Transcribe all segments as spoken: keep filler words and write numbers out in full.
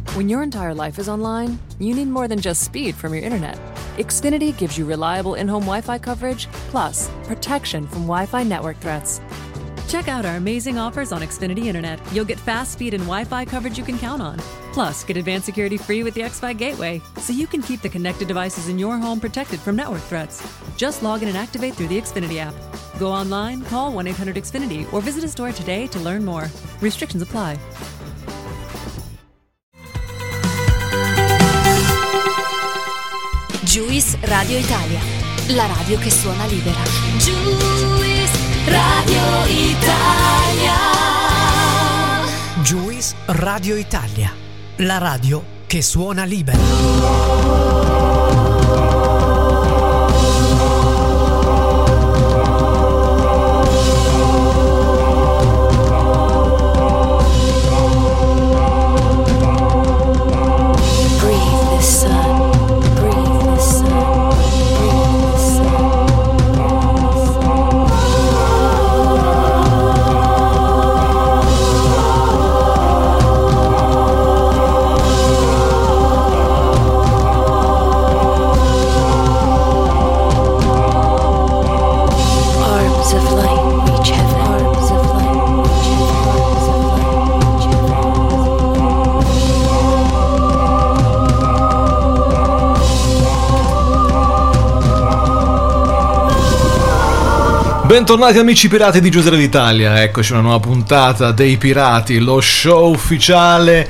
When your entire life is online, you need more than just speed from your internet. Xfinity gives you reliable in-home Wi-Fi coverage, plus protection from Wi-Fi network threats. Check out our amazing offers on Xfinity Internet. You'll get fast speed and Wi-Fi coverage you can count on. Plus, get advanced security free with the X F I Gateway, so you can keep the connected devices in your home protected from network threats. Just log in and activate through the Xfinity app. Go online, call one eight hundred X Finity, or visit a store today to learn more. Restrictions apply. Juice Radio Italia, la radio che suona libera. Juice Radio Italia. Juice Radio Italia, la radio che suona libera. Bentornati amici pirati di Juice Radio Italia, eccoci una nuova puntata dei Pirati, lo show ufficiale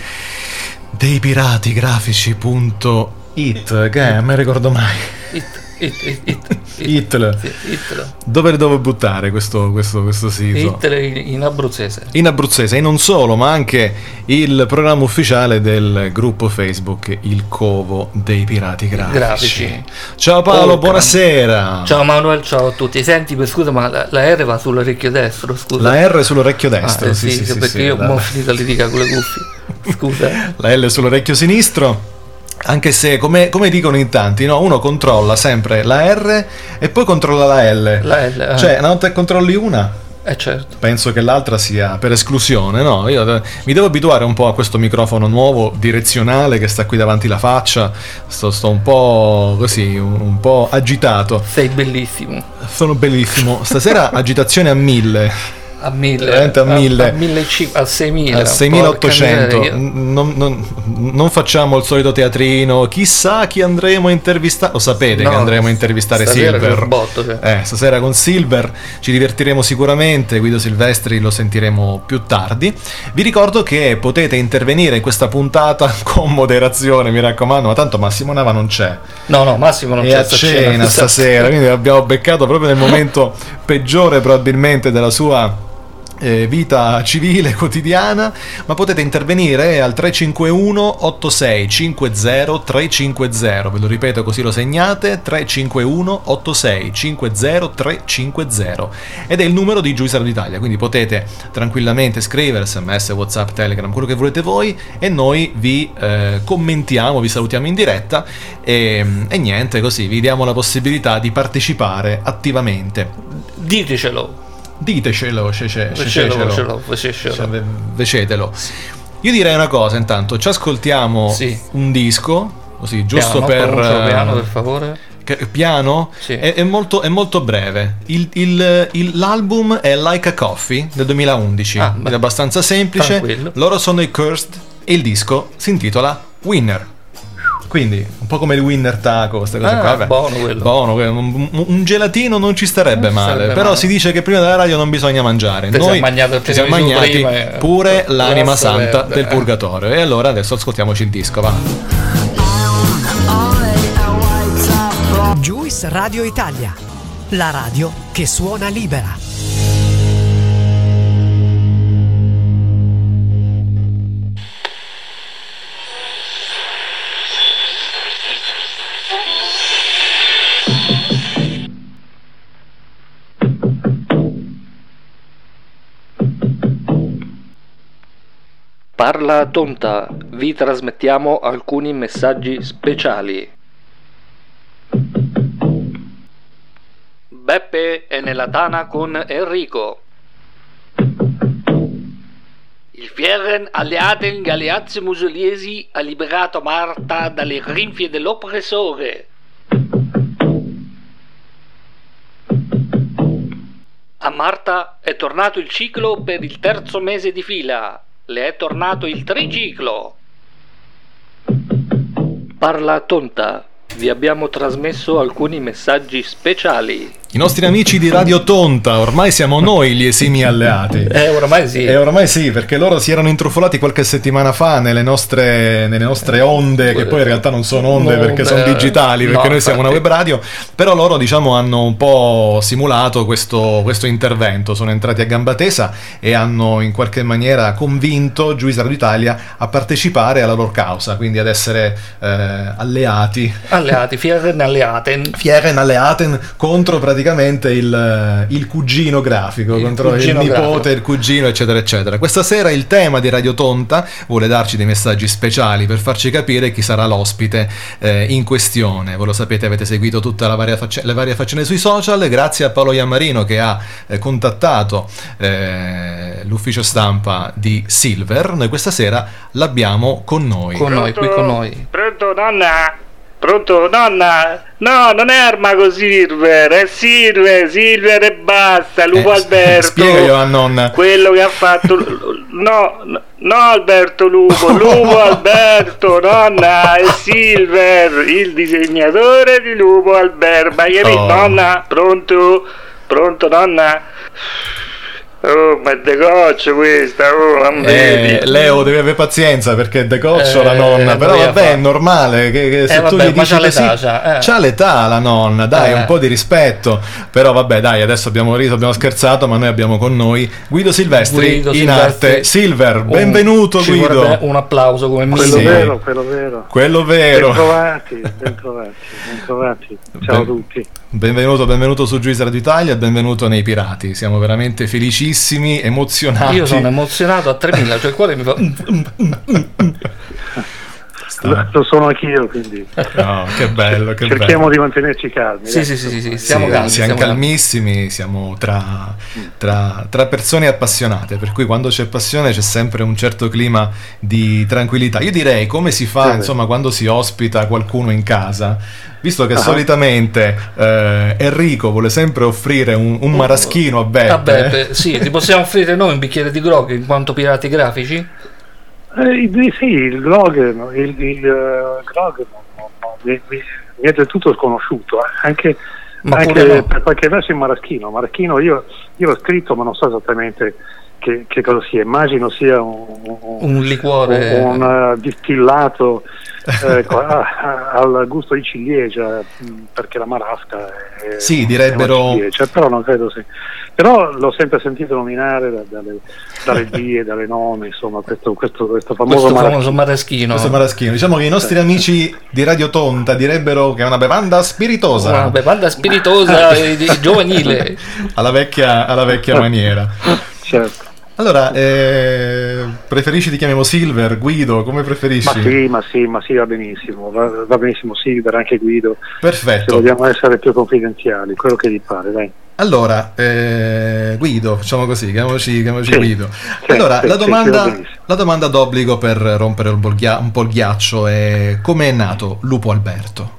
dei pirati grafici punto it, che è, non mi ricordo mai. It, it, it, it. Hitler. Sì, Hitler. Dove devo buttare questo, questo, questo sito? Hitler in, in abruzzese. In abruzzese, e non solo, ma anche il programma ufficiale del gruppo Facebook Il Covo dei Pirati Grafici. Grafici. Ciao Paolo, Oh, buonasera. Ciao Manuel, ciao a tutti. Senti, scusa, ma la, la R va sull'orecchio destro, scusa. La R sull'orecchio destro, ah, eh, sì, sì, sì, sì, perché sì, io da... ho finito le dica con le cuffie. Scusa. La L sull'orecchio sinistro. Anche se, come, come dicono in tanti, no? Uno controlla sempre la R e poi controlla la L. La L, eh. Cioè, una volta che controlli una, eh certo, penso che l'altra sia per esclusione, no? Io de- mi devo abituare un po' a questo microfono nuovo, direzionale, che sta qui davanti la faccia. Sto, sto un po' così, un, un po' agitato. Sei bellissimo. Sono bellissimo. Stasera agitazione a mille. A mille, Veramente a mille, a, a, mille, a seimila, a seimilaottocento. Non, non, non facciamo il solito teatrino. Chissà chi andremo a intervistare. Lo sapete no, che andremo a intervistare Silver. Botto, cioè. eh, stasera con Silver ci divertiremo sicuramente. Guido Silvestri lo sentiremo più tardi. Vi ricordo che potete intervenire in questa puntata con moderazione, mi raccomando. Ma tanto Massimo Nava non c'è. No, no, Massimo non è c'è. a cena stasera, quindi l'abbiamo beccato proprio nel momento peggiore probabilmente della sua Eh, vita civile quotidiana. Ma potete intervenire al tre cinque uno otto sei cinque zero tre cinque zero, ve lo ripeto così lo segnate: tre cinque uno otto sei cinque zero tre cinque zero, ed è il numero di Juice Radio Italia, quindi potete tranquillamente scrivere sms, whatsapp, telegram, quello che volete voi, e noi vi eh, commentiamo, vi salutiamo in diretta e, e niente, così vi diamo la possibilità di partecipare attivamente. Ditecelo. Ditecelo, cecelo, facecelo, facecelo. Vecetelo. Io direi una cosa, intanto ci ascoltiamo sì. un disco, così giusto piano, per piano, per favore. Che, piano? Sì. È, è, molto, è molto breve. Il, il, il, l'album è Like a Coffee del duemilaundici, ah, è abbastanza semplice. Tranquillo. Loro sono i Cursed e il disco si intitola Winner. Quindi un po' come il Winner Taco, queste cose ah, qua. Beh, buono quello. Buono, un, un gelatino non ci starebbe non male. Sarebbe però male. Si dice che prima della radio non bisogna mangiare. Te Noi mangiato, ci siamo mangiati pure l'anima santa verde. del purgatorio. E allora adesso ascoltiamoci il disco, va. Juice Radio Italia, la radio che suona libera. Parla Tonta, vi trasmettiamo alcuni messaggi speciali. Beppe è nella tana con Enrico. Il Fieren Alleaten Galeazze Musoliesi ha liberato Marta dalle grinfie dell'oppressore. A Marta è tornato il ciclo per il terzo mese di fila. Le è tornato il triciclo. Parla tonta. Vi abbiamo trasmesso alcuni messaggi speciali. I nostri amici di Radio Tonta, ormai siamo noi gli esimi alleati. Eh, ormai sì. E ormai sì, perché loro si erano intrufolati qualche settimana fa nelle nostre, nelle nostre onde, che poi in realtà non sono onde no, perché beh, sono digitali, perché no, noi siamo una infatti. web radio, però loro diciamo hanno un po' simulato questo, questo intervento, sono entrati a gamba tesa e hanno in qualche maniera convinto Juice Radio Italia a partecipare alla loro causa, quindi ad essere eh, alleati. Alleati, Fieren Alleaten. Fieren Alleaten contro praticamente il, il cugino grafico, Il contro cugino il nipote, grafico. il cugino, eccetera, eccetera. Questa sera il tema di Radio Tonta vuole darci dei messaggi speciali per farci capire chi sarà l'ospite eh, in questione. Voi lo sapete, avete seguito tutte la varia facce- le varie faccende sui social, grazie a Paolo Iammarino che ha eh, contattato eh, l'ufficio stampa di Silver. Noi questa sera l'abbiamo con noi. Con noi, qui con noi. Pronto, nonna? Pronto, nonna? No, non è Armago Silver, è Silver, Silver e basta, Lupo Eh, Alberto. spiegaglielo a nonna. Quello che ha fatto... No, no, no Alberto Lupo, Lupo Alberto, nonna, è Silver, il disegnatore di Lupo Alberto. Hai capito, Oh. nonna? Pronto? Pronto, nonna? Oh, ma è decoccio questa, oh, non Eh, vedi? Leo, devi avere pazienza perché è decoccio Eh, la nonna, però doveva vabbè, fare. è normale che, che se Eh, tu vabbè, gli ma dici c'ha così, l'età, c'ha, eh. c'ha l'età la nonna, dai, Eh. un po' di rispetto, però vabbè, dai, adesso abbiamo riso, abbiamo scherzato, ma noi abbiamo con noi Guido Silvestri, Guido in Silvestri. arte Silver. Un- Benvenuto ci Guido. vorrebbe un applauso come Quello Sì. minimo. vero, quello vero. Quello vero. Bentrovati, bentrovati, bentrovati. Ciao a Ben- tutti. Benvenuto, benvenuto su Juice Radio Italia e benvenuto nei Pirati. Siamo veramente felicissimi, emozionati. Io sono emozionato a tremila, cioè il cuore mi fa... Sta- Lo sono anch'io, quindi No, che bello, che bello. cerchiamo di mantenerci calmi. Sì, dai. sì, sì, sì, sì, siamo Sì, calmi. siamo siamo calmi. calmissimi, siamo tra, tra, tra persone appassionate, per cui quando c'è passione c'è sempre un certo clima di tranquillità. Io direi come si fa, Sì. insomma, quando si ospita qualcuno in casa, visto che Ah. solitamente eh, Enrico vuole sempre offrire un, un maraschino a Beppe. Vabbè, beh, sì, ti possiamo offrire noi un bicchiere di grog in quanto pirati grafici? Eh, sì, il grog, no, il, il eh, grog no, no, no, mi, mi, mi è del tutto sconosciuto, eh. anche, Ma anche pure no. per qualche verso il maraschino. Maraschino io, io l'ho scritto ma non so esattamente che, che cosa sia, immagino sia un, un, Un liquore... un, uh, distillato eh, a- a- al gusto di ciliegia, mh, perché la marasca è, Sì, è direbbero- una ciliegia, però non credo sia. Però l'ho sempre sentito nominare da- dalle, dalle zie, dalle nonne, insomma, questo, questo, questo famoso questo maraschino. famoso maraschino. Questo maraschino. Diciamo che i nostri amici di Radio Tonta direbbero che è una bevanda spiritosa. Una bevanda spiritosa e di- giovanile. alla vecchia, alla vecchia maniera. Certo. Allora, eh, preferisci ti chiamiamo Silver, Guido, come preferisci? Ma sì, ma sì, ma sì, va benissimo, va, va benissimo Silver, anche Guido, se Perfetto. vogliamo essere più confidenziali, quello che gli pare, dai. Allora, eh, Guido, facciamo così, chiamiamoci, chiamiamoci Sì, Guido. sì, Allora, sì, la, sì, domanda, sì, va benissimo. la domanda d'obbligo per rompere un po' il, ghia- un po' il ghiaccio è: come è nato Lupo Alberto?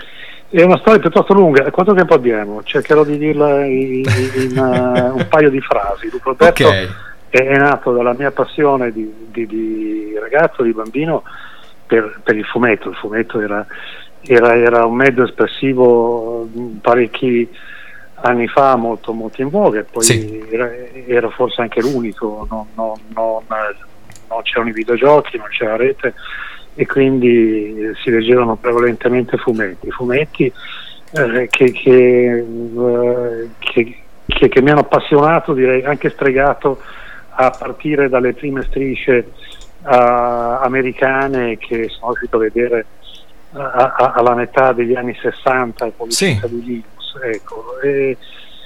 È una storia piuttosto lunga, quanto tempo abbiamo? Cercherò di dirla in, in, uh, un paio di frasi. Lupo Alberto Ok, è, è nato dalla mia passione di, di, di ragazzo, di bambino, per, per il fumetto. Il fumetto era, era, era un mezzo espressivo mh, parecchi anni fa molto, molto in voga, e poi Sì. era, era forse anche l'unico, non, non, non, non c'erano i videogiochi, non c'era rete, e quindi eh, si leggevano prevalentemente fumetti, fumetti eh, che, che, eh, che, che, che mi hanno appassionato, direi anche stregato, a partire dalle prime strisce uh, americane che sono riuscito a vedere uh, a, a, alla metà degli anni sessanta con Sì. di Linus, ecco. e,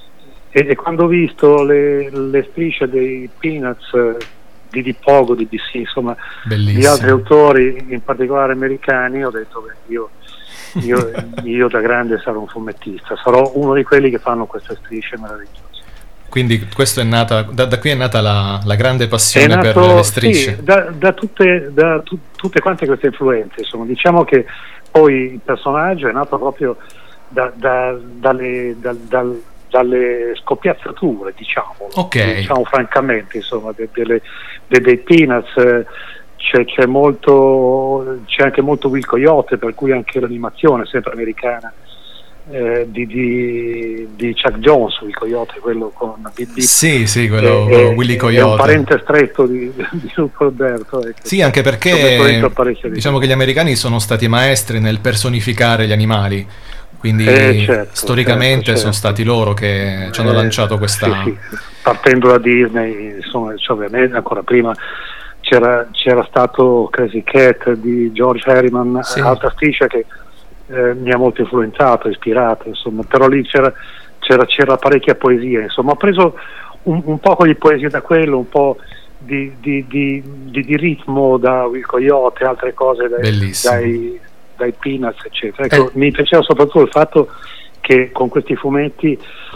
e, e quando ho visto le, le strisce dei Peanuts, eh, di Di Pogo, di D C, insomma di altri bellissimo. autori, in particolare americani, ho detto beh, io, io, io da grande sarò un fumettista, sarò uno di quelli che fanno queste strisce meravigliose. Quindi questo è nata, da, da qui è nata la, la grande passione nato, per le strisce. Sì, da, da, tutte, da tu, tutte quante queste influenze, insomma. Diciamo che poi il personaggio è nato proprio da, da, dalle, da, da, dalle scoppiazzature, diciamo, okay. diciamo francamente, insomma, de, delle, de, dei Peanuts. Eh, c'è, c'è molto, c'è anche molto Will Coyote, per cui anche l'animazione sempre americana. Eh, di, di, di Chuck Jones, il Coyote, quello con Beep Beep. Sì, sì, quello eh, Willy eh, Coyote. È un parente stretto di, di Lupo Alberto. Ecco. Sì, anche perché diciamo che gli americani sono stati maestri nel personificare gli animali, quindi eh, certo, storicamente certo, certo. sono stati loro che ci hanno eh, lanciato questa... Sì, sì. Partendo da Disney, insomma, cioè, ovviamente ancora prima c'era, c'era stato Crazy Cat di George Harriman, sì. altra striscia che Eh, mi ha molto influenzato, ispirato, insomma, però lì c'era, c'era, c'era parecchia poesia, insomma, ho preso un, un po' di poesia da quello, un po' di, di, di, di, di ritmo da Will Coyote, altre cose dai, dai, dai Peanuts, eccetera. Ecco, eh. Mi piaceva soprattutto il fatto che con questi fumetti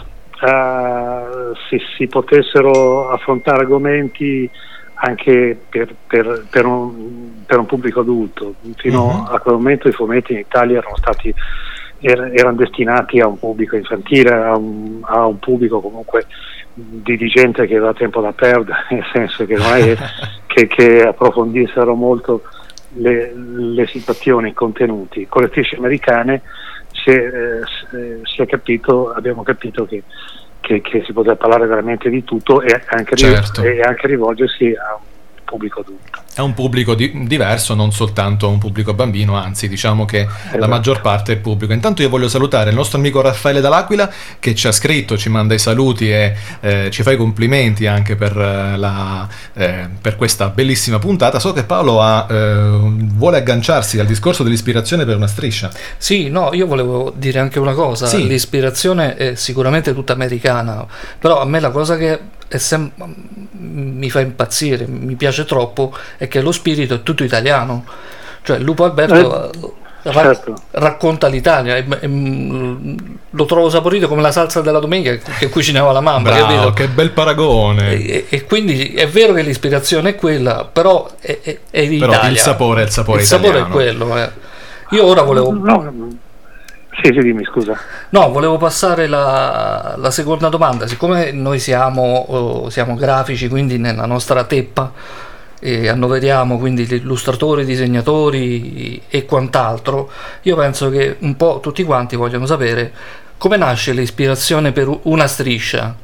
uh, si, si potessero affrontare argomenti anche per, per, per, un, per un pubblico adulto. Fino uh-huh. a quel momento i fumetti in Italia erano stati er, erano destinati a un pubblico infantile, a un, a un pubblico comunque di, di gente che aveva tempo da perdere, nel senso che non è che, che approfondissero molto le, le situazioni, i contenuti. Con le strisce americane si è, eh, si è capito, abbiamo capito che Che, che si poteva parlare veramente di tutto e anche, certo. e anche rivolgersi a un pubblico adulto. È un pubblico di- diverso, non soltanto un pubblico bambino, anzi diciamo che esatto. la maggior parte è il pubblico. Intanto io voglio salutare il nostro amico Raffaele Dall'Aquila che ci ha scritto, ci manda i saluti e eh, ci fa i complimenti anche per, la, eh, per questa bellissima puntata. So che Paolo ha, eh, vuole agganciarsi al discorso dell'ispirazione per una striscia. Sì, no, io volevo dire anche una cosa, sì. l'ispirazione è sicuramente tutta americana, però a me la cosa che è sem- mi fa impazzire, mi piace troppo, è che lo spirito è tutto italiano, cioè Lupo Alberto eh, ra- certo. racconta l'Italia e, e, lo trovo saporito come la salsa della domenica che cucinava la mamma. Bravo, capito? Che bel paragone. E, e quindi è vero che l'ispirazione è quella, però è, è, è l'Italia. Però il sapore è il sapore il italiano. sapore è quello. Eh. Io ora volevo... No, sì, sì, dimmi, scusa. No, volevo passare la, la seconda domanda. Siccome noi siamo, oh, siamo grafici, quindi nella nostra teppa, e annoveriamo quindi gli illustratori, i disegnatori e quant'altro, io penso che un po' tutti quanti vogliono sapere come nasce l'ispirazione per una striscia.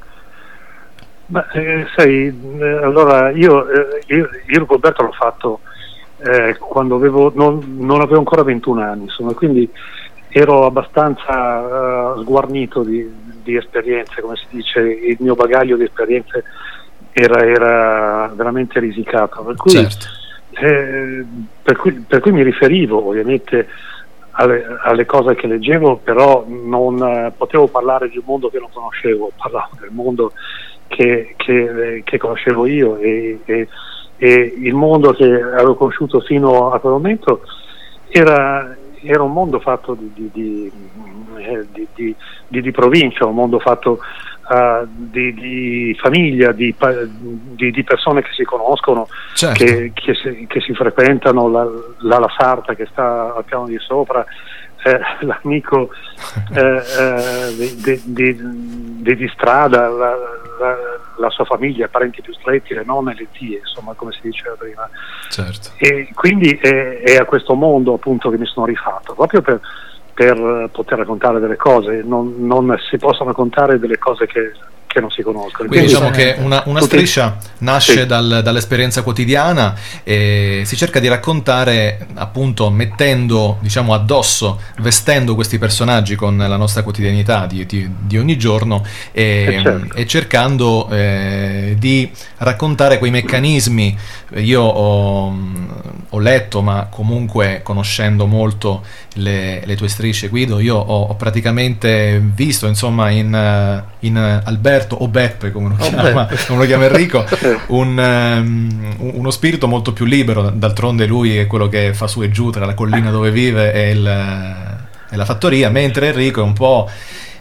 Ma eh, sai, eh, allora io, eh, io, io Roberto l'ho fatto eh, quando avevo, non, non avevo ancora ventuno anni, insomma, quindi ero abbastanza uh, sguarnito di, di esperienze, come si dice, il mio bagaglio di esperienze era, era veramente risicato, per cui, certo. eh, per, cui, per cui mi riferivo ovviamente alle, alle cose che leggevo, però non uh, potevo parlare di un mondo che non conoscevo, parlavo del mondo che, che, che conoscevo io e, e, e il mondo che avevo conosciuto fino a quel momento era era un mondo fatto di, di, di, di, di, di, di provincia, un mondo fatto uh, di, di famiglia, di, di, di persone che si conoscono, certo. che, che, si, che si frequentano, la, la, la sarta che sta al piano di sopra, eh, l'amico eh, eh, di, di, di, di, di strada, la, la, la sua famiglia, i parenti più stretti, le nonne, le zie, insomma, come si diceva prima. Certo. E quindi è, è a questo mondo appunto che mi sono rifatto, proprio per, per poter raccontare delle cose. Non, non si possono raccontare delle cose che, che non si conoscono. Quindi, quindi diciamo che una, una tutti, striscia nasce sì. dal, dall'esperienza quotidiana e si cerca di raccontare appunto mettendo, diciamo, addosso, vestendo questi personaggi con la nostra quotidianità di, di, di ogni giorno e, eh certo. e cercando eh, di raccontare quei meccanismi. Io ho, ho letto, ma comunque conoscendo molto le, le tue strisce, Guido, io ho, ho praticamente visto, insomma, in, in Alberto o Beppe, come lo chiama, come lo chiama Enrico, un, um, uno spirito molto più libero. D'altronde lui è quello che fa su e giù tra la collina dove vive e, il, e la fattoria, mentre Enrico è un po'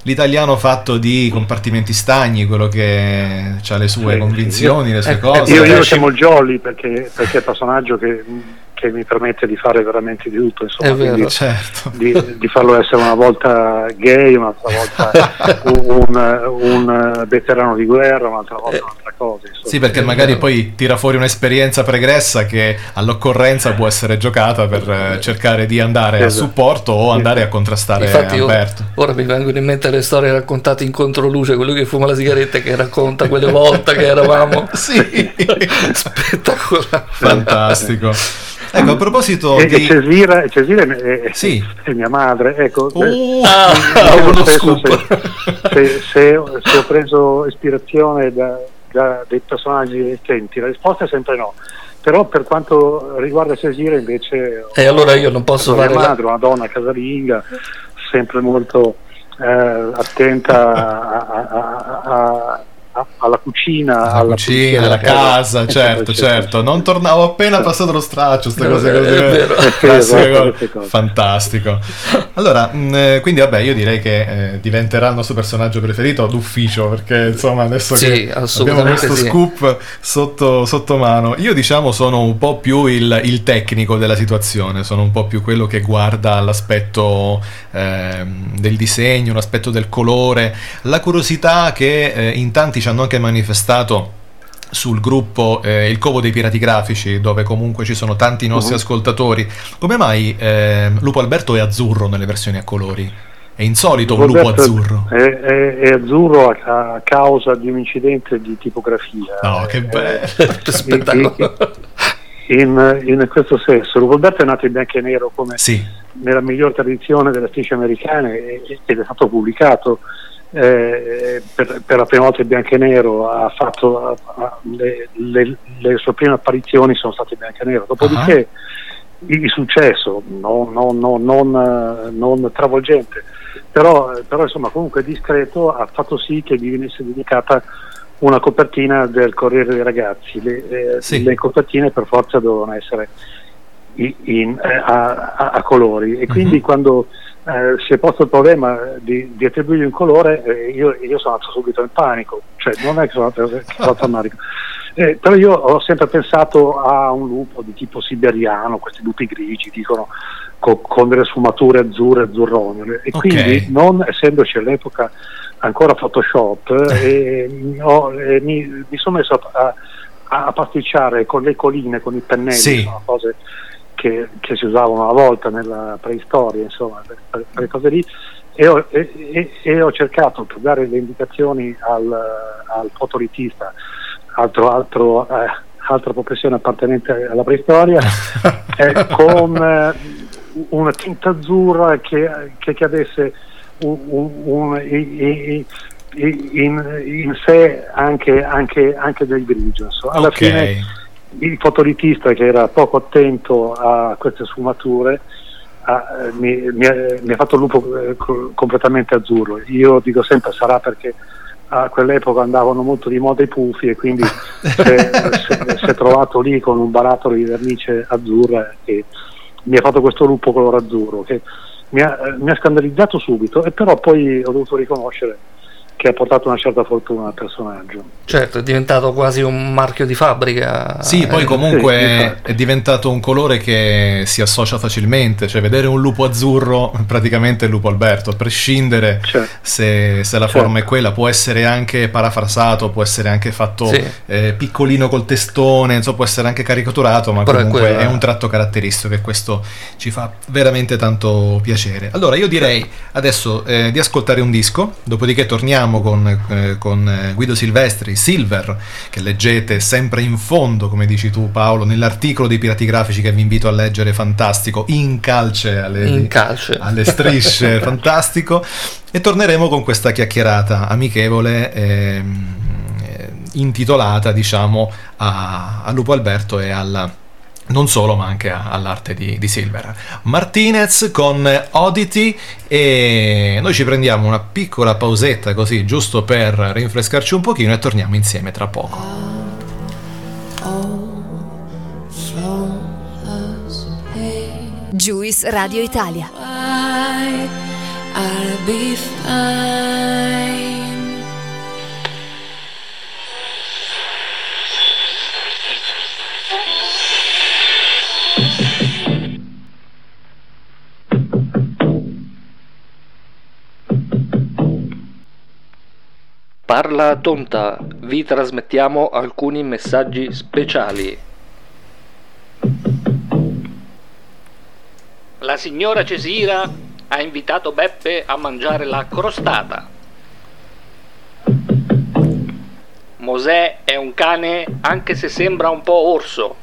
l'italiano fatto di compartimenti stagni, quello che ha le sue Sì, convinzioni, sì. le sue Eh, cose. Io, io lo chiamo Jolly perché, perché è il personaggio che, che mi permette di fare veramente di tutto, insomma, È vero, quindi certo. di, di farlo essere una volta gay, un'altra volta un, un veterano di guerra, un'altra volta un'altra cosa, insomma. Sì, perché magari poi tira fuori un'esperienza pregressa che all'occorrenza può essere giocata per eh, cercare di andare a Esatto. supporto o andare a contrastare Infatti io- Alberto. ora mi vengono in mente le storie raccontate in Controluce, quello che fuma la sigaretta che racconta quelle volte che eravamo Sì, spettacolari. fantastico. Ecco, a proposito E, e di... Cesira, e Cesira è, è- Sì. è mia madre, ecco. Uh, Ah, Dicevo uno spesso scoop. se, se- se- se ho preso ispirazione da, da dei personaggi recenti, la risposta è sempre no. Però per quanto riguarda Cesira invece E allora io non posso mia fare la- madre, una donna casalinga, sempre molto eh, attenta a- a- a- a- a- alla cucina, la alla cucina, pulizia la della casa, eccetera, certo, eccetera. certo. Non tornavo appena passato lo straccio, queste Eh, cose è così. vero. Classiche Esatto, cose. queste cose. Fantastico. Allora, mh, eh, quindi vabbè, io direi che eh, diventerà il nostro personaggio preferito d'ufficio, perché insomma adesso Sì, che abbiamo assolutamente questo sì. scoop sotto, sotto mano, io diciamo sono un po' più il, il tecnico della situazione, sono un po' più quello che guarda l'aspetto ehm, del disegno, l'aspetto del colore, la curiosità che eh, in tanti ci hanno anche manifestato sul gruppo eh, Il Covo dei Pirati Grafici, dove comunque ci sono tanti nostri Uh-huh. ascoltatori. Come mai eh, Lupo Alberto è azzurro nelle versioni a colori? È insolito un lupo Roberto azzurro. È, è- è azzurro a, a causa di un incidente di tipografia. No, che Eh, bello. Spettacolo. In, in questo senso, Roberto è nato in bianco e nero come Sì, nella miglior tradizione delle strisce americane e- ed è stato pubblicato eh, per, per la prima volta in bianco e nero. Ha fatto ha- ha- le, le- le sue prime apparizioni sono state in bianco e nero, dopodiché il, il successo non, non- non- non, eh, non travolgente, però, però insomma comunque discreto, ha fatto sì che gli venisse dedicata una copertina del Corriere dei Ragazzi. Le, eh, Sì. le copertine per forza dovevano essere in, in- eh, a, a- a colori, e quindi Mhm. quando eh, si è posto il problema di, di attribuirgli un colore, eh, io, io sono andato subito in panico, cioè non è che sono andato, che sono andato in panico. Eh, però io ho sempre pensato a un lupo di tipo siberiano, questi lupi grigi, dicono, co- con delle sfumature azzurre e azzurrognole, e Ok. quindi, non essendoci all'epoca ancora Photoshop, eh, mi, ho- eh, mi, mi sono messo a, a, a pasticciare con le colline, con i pennelli, Sì. sono cose che, che si usavano una volta nella preistoria, insomma, per- per- quelle cose lì, e ho, e- e- e ho cercato, per dare le indicazioni al, al fotoritista, altro, altro, eh, altra professione appartenente alla preistoria, eh, con eh, una tinta azzurra che, che, che avesse un, un, un- i- i- i- in, in sé anche, anche, anche del grigio, insomma. Alla ok. fine il fotoritista, che era poco attento a queste sfumature, ha- mi, mi ha, mi ha fatto il lupo eh, co- completamente azzurro. Io dico sempre sarà perché a quell'epoca andavano molto di moda i pufi, e quindi si è, si è trovato lì con un barattolo di vernice azzurra e mi ha fatto questo lupo color azzurro che mi ha, eh, mi ha scandalizzato subito, e però poi ho dovuto riconoscere che ha portato una certa fortuna al personaggio. Certo, è diventato quasi un marchio di fabbrica. Sì, poi Eh, comunque sì, infatti. è diventato un colore che si associa facilmente, cioè vedere un lupo azzurro praticamente è il Lupo Alberto, a prescindere Certo. se, se la Certo. forma è quella, può essere anche parafrasato, può essere anche fatto Sì. eh, piccolino col testone, insomma, può essere anche caricaturato, ma Però è comunque è, quella- un tratto caratteristico, e questo ci fa veramente tanto piacere. Allora io direi adesso eh, di ascoltare un disco, dopodiché torniamo con, eh, con eh, Guido Silvestri, Silver, che leggete sempre in fondo, come dici tu Paolo, nell'articolo dei Pirati Grafici che vi invito a leggere, fantastico, in calce alle, In calce. alle strisce, fantastico, e torneremo con questa chiacchierata amichevole ehm, eh, intitolata, diciamo, a, a Lupo Alberto e alla non solo, ma anche a- all'arte di, di Silver. Martinez con Oddity, e noi ci prendiamo una piccola pausetta così, giusto per rinfrescarci un pochino, e torniamo insieme tra poco. Juice Radio Italia. I'll be fine. Parla Tonta, vi trasmettiamo alcuni messaggi speciali. La signora Cesira ha invitato Beppe a mangiare la crostata. Mosè è un cane anche se sembra un po' orso.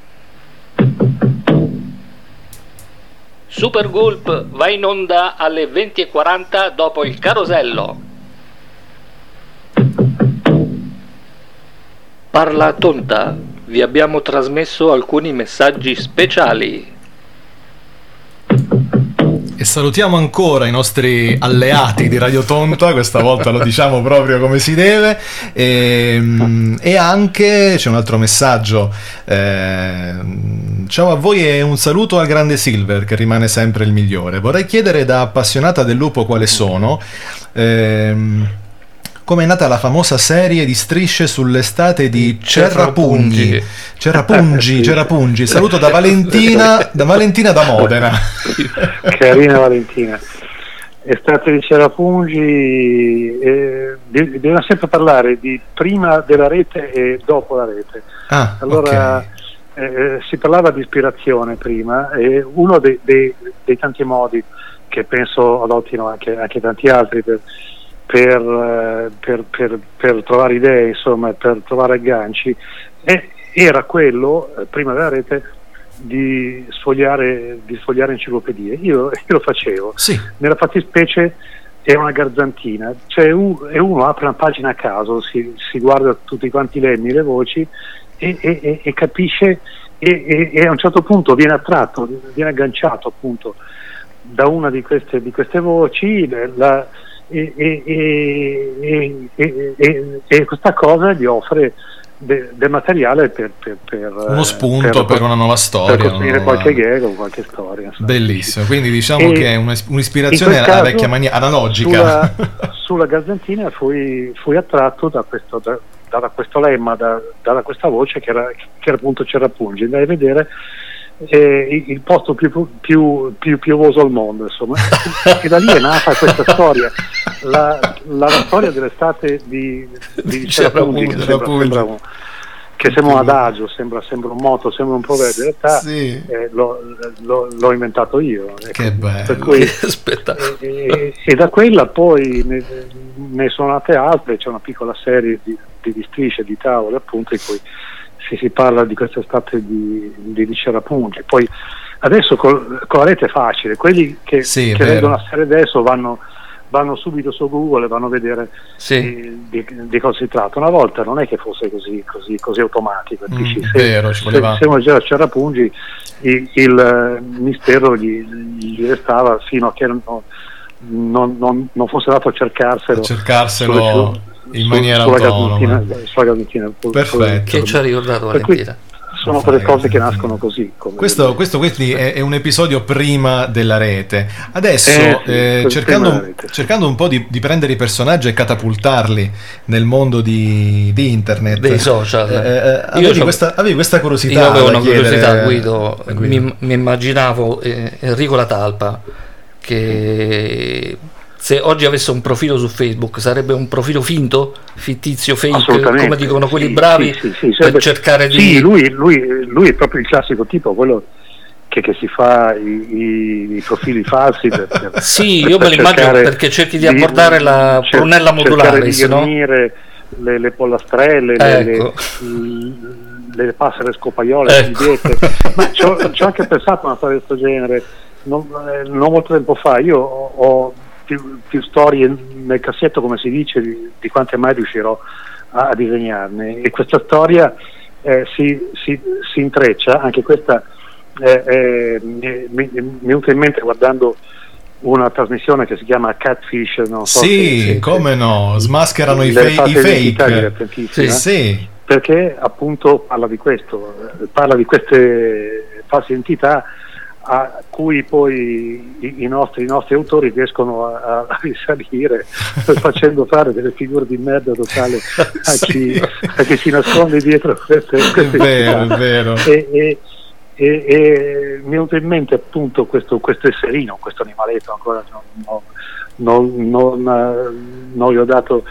Super Gulp va in onda alle venti e quaranta dopo il carosello. Parla Tonta, vi abbiamo trasmesso alcuni messaggi speciali. E salutiamo ancora i nostri alleati di Radio Tonta, questa volta lo diciamo proprio come si deve, e, e anche c'è un altro messaggio, eh, ciao a voi e un saluto al grande Silver che rimane sempre il migliore. Vorrei chiedere da appassionata del lupo quale sono, ehm, come è nata la famosa serie di strisce sull'estate di Cerrapungi. Cerrapungi, Cerrapungi. Saluto da Valentina, da Valentina da Modena. Carina Valentina. Estate di Cerrapungi, eh, bisogna sempre parlare di prima della rete e dopo la rete. Ah, allora okay. eh, si parlava di ispirazione prima, e uno dei, dei, dei tanti modi che penso adottino anche, anche tanti altri per Per, per, per, per trovare idee, insomma, per trovare agganci, e era quello, eh, prima della rete, di sfogliare, di sfogliare enciclopedie. Io, io lo facevo. Sì. Nella fattispecie era una garzantina, cioè un, e uno apre una pagina a caso, si, si guarda tutti quanti i lemmi, le voci, e, e, e capisce, e, e, e a un certo punto viene attratto, viene agganciato appunto da una di queste, di queste voci, la, E, e, e, e, e, e questa cosa gli offre de, del materiale per, per, per uno spunto per, per, per una nuova storia, per costruire nuova... qualche gag o qualche storia, insomma. Bellissimo, quindi diciamo e che è un'ispirazione alla caso, vecchia maniera, analogica. Sulla, sulla garzantina fui, fui attratto da questo, da, da questo lemma, da, da questa voce che era, che era appunto Cerrapungi. Andai a vedere eh, il posto più, più, più piovoso al mondo, insomma, e da lì è nata questa storia, la, la, la storia dell'estate di, di Cerrapungi, che sembra, sembra un, che sembra un adagio, sembra, sembra un motto, sembra un proverbio, in realtà sì. eh, l'ho, l'ho, l'ho inventato io, che ecco, bello, per cui, aspetta. E, e, e da quella poi ne, ne sono nate altre, c'è una piccola serie di, di, di strisce, di tavole appunto, in cui si, si parla di quest'estate di, di, di Cerrapungi. Poi adesso col, con la rete è facile, quelli che, sì, che vedono la serie adesso vanno, vanno subito su Google e vanno a vedere sì. di, di, di cosa si tratta. Una volta non è che fosse così, così, così automatico, mm, se, vero, ci voleva... se, se uno già a Cerrapungi il, il mistero gli, gli restava fino a che non, non, non, non fosse dato a cercarselo, a cercarselo sulle, in maniera sulla autonoma. Sulla gazzina, perfetto. Che ci ha ricordato Valentina? Sono quelle cose che nascono così. Come questo, questo quindi è, è un episodio prima della rete. Adesso, eh, sì, eh, cercando, rete, sì. cercando un po' di, di prendere i personaggi e catapultarli nel mondo di, di internet, dei social, eh, eh, avevi, questa, avevi questa curiosità? Io avevo una chiedere, curiosità, Guido. Guido. Mi, mi immaginavo eh, Enrico La Talpa che se oggi avesse un profilo su Facebook sarebbe un profilo finto, fittizio, fake, come dicono quelli sì, bravi, sì, sì, sì, per sarebbe, cercare di... Sì, lui, lui, lui è proprio il classico tipo, quello che, che si fa i, i, i profili falsi per, per, sì, per, io per me l'immagino perché cerchi di abbordare di, la cer- prunella modulare, di ghermire no? le, le pollastrelle, ecco. le, le, le passere scopaiole, ecco. le ma ci ho anche pensato a una storia di questo genere, non, eh, non molto tempo fa. Io ho, ho Più, più storie nel cassetto, come si dice, di, di quante mai riuscirò a, a disegnarne, e questa storia eh, si, si, si intreccia, anche questa eh, eh, mi, mi, mi è venuta in mente guardando una trasmissione che si chiama Catfish, non so sì, se, se, come no, smascherano i, le fa- i fake, sì, sì. Perché appunto parla di questo, parla di queste false identità a cui poi i, i, nostri, i nostri autori riescono a, a risalire facendo fare delle figure di merda totale a, sì. chi, a chi si nasconde dietro queste, queste è vero, è vero. E, e, e, e mi è venuto in mente appunto questo, questo esserino, questo animaletto, ancora non, non, non, non, non gli ho dato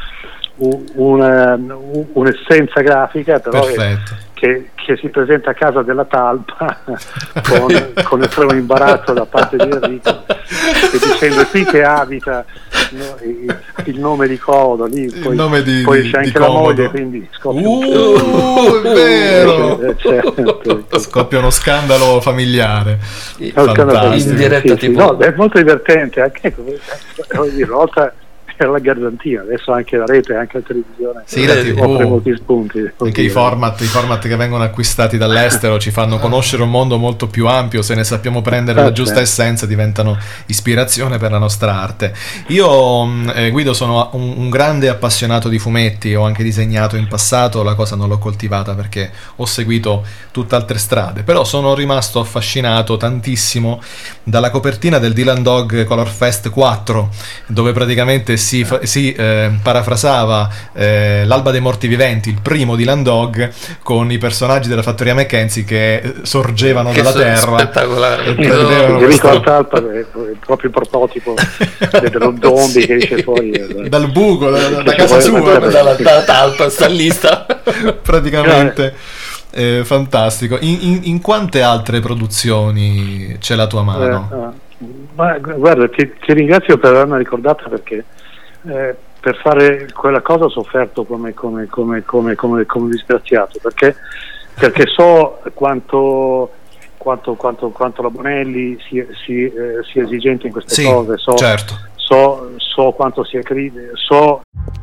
una, un'essenza grafica, però che, che si presenta a casa della talpa con, con estremo imbarazzo da parte di Enrico, e dicendo qui che abita, no, il, il nome di Comodo lì, poi, il nome di, poi c'è anche di la Comodo. moglie, quindi scoppia uh, un è vero. eh, certo. Scoppia uno scandalo familiare Fantastico. In diretta, sì, tipo. sì. No, è molto divertente anche, ecco, voglio dire, una volta era la Gargantina, adesso anche la rete, anche la televisione, sì, la tivù, offre molti spunti. Anche i format, i format che vengono acquistati dall'estero ci fanno conoscere un mondo molto più ampio. Se ne sappiamo prendere ah, la giusta sì. essenza, diventano ispirazione per la nostra arte. Io eh, Guido sono un, un grande appassionato di fumetti, ho anche disegnato in passato, la cosa non l'ho coltivata perché ho seguito tutt'altre strade, però sono rimasto affascinato tantissimo dalla copertina del Dylan Dog Color Fest quattro, dove praticamente si, fa, si eh, parafrasava eh, l'Alba dei Morti Viventi, il primo Dylan Dog, con i personaggi della fattoria Mackenzie che sorgevano che dalla terra. Spettacolare. Enrico La Talpa è proprio il prototipo dello zombie che esce fuori eh, dal buco, da, da, da che casa sua, dalla, dalla, dalla talpa sta lì sta. praticamente. Eh, fantastico. In, in, in quante altre produzioni c'è la tua mano? Eh, uh, ma guarda, ti, ti ringrazio per avermi ricordata, perché eh, per fare quella cosa ho sofferto come, come, come, come, come, come disgraziato, perché, perché so quanto, quanto, quanto, quanto la Bonelli sia, si, eh, sia esigente in queste sì, cose, so, certo. so, so quanto sia critico, so.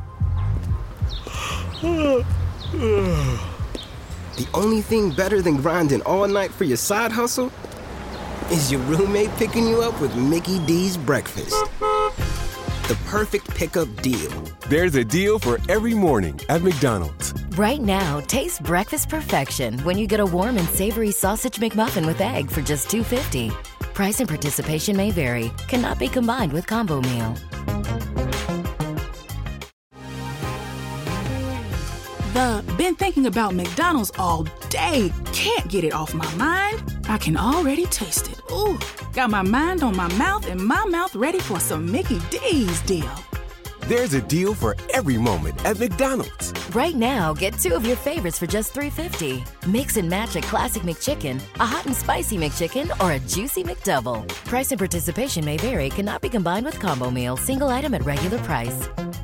The only thing better than grinding all night for your side hustle is your roommate picking you up with Mickey D's breakfast. The perfect pickup deal. There's a deal for every morning at McDonald's. Right now, taste breakfast perfection when you get a warm and savory sausage McMuffin with egg for just two dollars and fifty cents. Price and participation may vary. Cannot be combined with combo meal. The been thinking about McDonald's all day. Can't get it off my mind. I can already taste it. Ooh, got my mind on my mouth and my mouth ready for some Mickey D's deal. There's a deal for every moment at McDonald's. Right now, get two of your favorites for just three dollars and fifty cents. Mix and match a classic McChicken, a hot and spicy McChicken, or a juicy McDouble. Price and participation may vary. Cannot be combined with combo meal. Single item at regular price.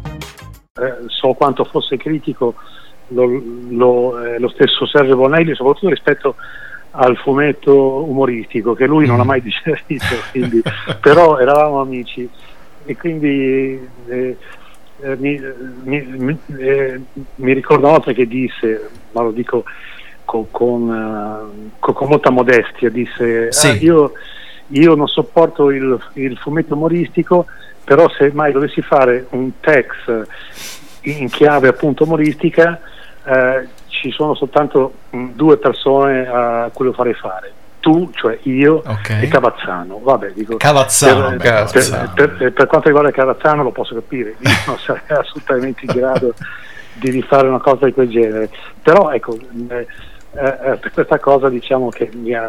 Eh, so quanto fosse critico lo, lo, eh, lo stesso Sergio Bonelli, soprattutto rispetto al fumetto umoristico, che lui non ha mai digerito, quindi, però eravamo amici e quindi eh, eh, mi, mi, mi, eh, mi ricordo una volta che disse, ma lo dico con, con, uh, con, con molta modestia, disse sì. ah, io, io non sopporto il, il fumetto umoristico, però se mai dovessi fare un text in chiave appunto umoristica, eh, ci sono soltanto mh, due persone a cui lo farei fare, tu, cioè io, okay. e Cavazzano. Vabbè, dico, Cavazzano, per, beh, per, Cavazzano. Per, per, per quanto riguarda Cavazzano lo posso capire, io non sarei assolutamente in grado di rifare una cosa di quel genere, però ecco, eh, eh, per questa cosa diciamo che mi ha,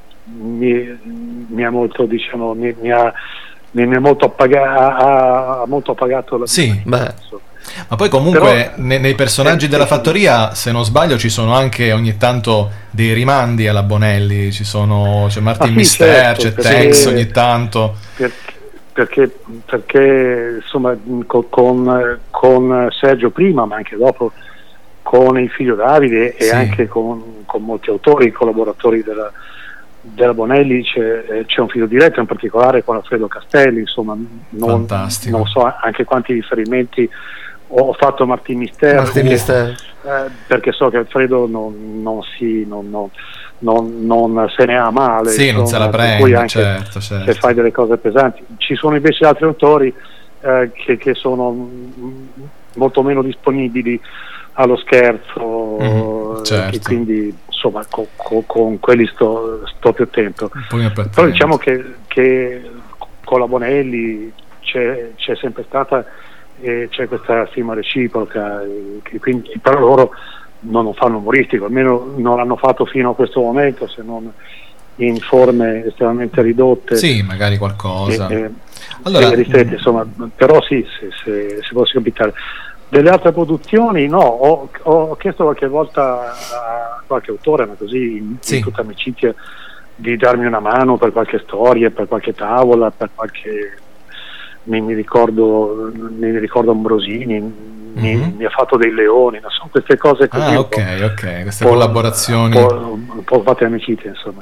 mi, mi ha molto, diciamo, mi, mi ha mi ha molto, appaga- ha, ha molto appagato la sì, beh. Ma poi comunque Però, nei, nei personaggi eh, della sì, fattoria, se non sbaglio, ci sono anche ogni tanto dei rimandi alla Bonelli, ci sono, c'è Martin ah, sì, Mister, certo, c'è perché, Tex ogni tanto. Perché, perché, perché insomma con, con, con Sergio prima, ma anche dopo con il figlio Davide e sì. anche con, con molti autori, collaboratori della della Bonelli c'è, c'è un filo diretto, in particolare con Alfredo Castelli, insomma non, non so anche quanti riferimenti ho fatto a Martin Mister, Martin perché, Mister. Eh, perché so che Alfredo non, non si non, non, non, non se ne ha male, sì, insomma, non se la prende, anche certo, certo. se fai delle cose pesanti. Ci sono invece altri autori eh, che, che sono molto meno disponibili allo scherzo, mm, certo. e quindi insomma con, con, con quelli sto, sto più attento. attento. Però diciamo che, che con la Bonelli c'è, c'è sempre stata e c'è questa stima reciproca, e che quindi però loro non fanno umoristico, almeno non l'hanno fatto fino a questo momento, se non in forme estremamente ridotte. Sì, magari qualcosa. E, e, allora, e ristrette, insomma, però sì, se, se, se posso capitare. Delle altre produzioni no, ho, ho chiesto qualche volta a qualche autore, ma così in, sì. in tutta amicizia, di darmi una mano per qualche storia, per qualche tavola, per qualche... Mi, mi ricordo mi ricordo Ambrosini, mm-hmm. mi, mi ha fatto dei leoni, non so, queste cose così. Ah, ok, ok, queste collaborazioni. Un po', un po' fatte amicizie, insomma.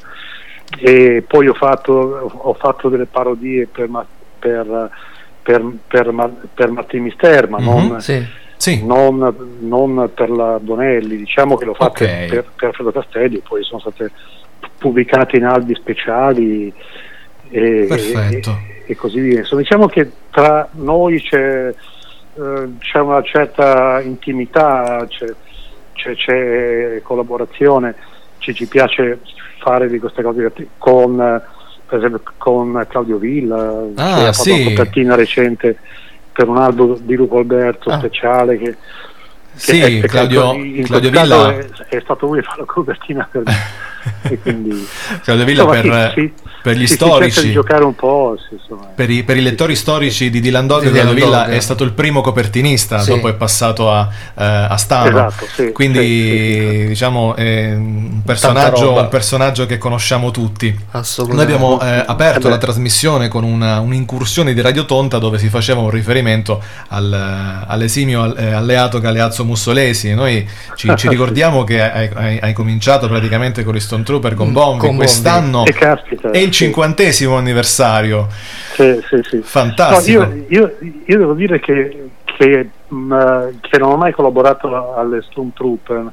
E poi ho fatto, ho fatto delle parodie per, per, per, per, per Martin Mister, ma mm-hmm. non, sì. Sì. Non, non per la Bonelli, diciamo che l'ho fatta okay. per, per Alfredo Castelli, poi sono state pubblicate in albi speciali e, Perfetto. e, e così via. Insomma, diciamo che tra noi c'è, eh, c'è una certa intimità, c'è, c'è, c'è collaborazione, ci, ci piace fare di queste cose con, per esempio con Claudio Villa, ah, che ha fatto sì. una copertina recente per un album di Lupo Alberto ah. speciale che, sì, che è, Claudio, in Claudio Villa è, è stato lui a fare la copertina per me. E quindi, Claudio Villa insomma, per, sì, per gli sì, storici di giocare un po', sì, insomma, per, i, per i lettori sì, storici di Dylan Dog, Claudio Villa è stato il primo copertinista, sì. dopo è passato a, eh, a Stano, esatto, sì, quindi sì, sì, diciamo è un personaggio, un personaggio che conosciamo tutti. Noi abbiamo eh, aperto eh la trasmissione con una, un'incursione di Radio Tonta dove si faceva un riferimento al, all'esimio eh, alleato Galeazzo Mussolesi. Noi ci, ci ricordiamo che hai, hai, hai cominciato praticamente con gli Stone Trooper con Bombi, con quest'anno e caspita, è il cinquantesimo sì. anniversario. Sì, sì, sì. Fantastico. No, io, io, io devo dire che, che, mh, che non ho mai collaborato alle Stone Trooper.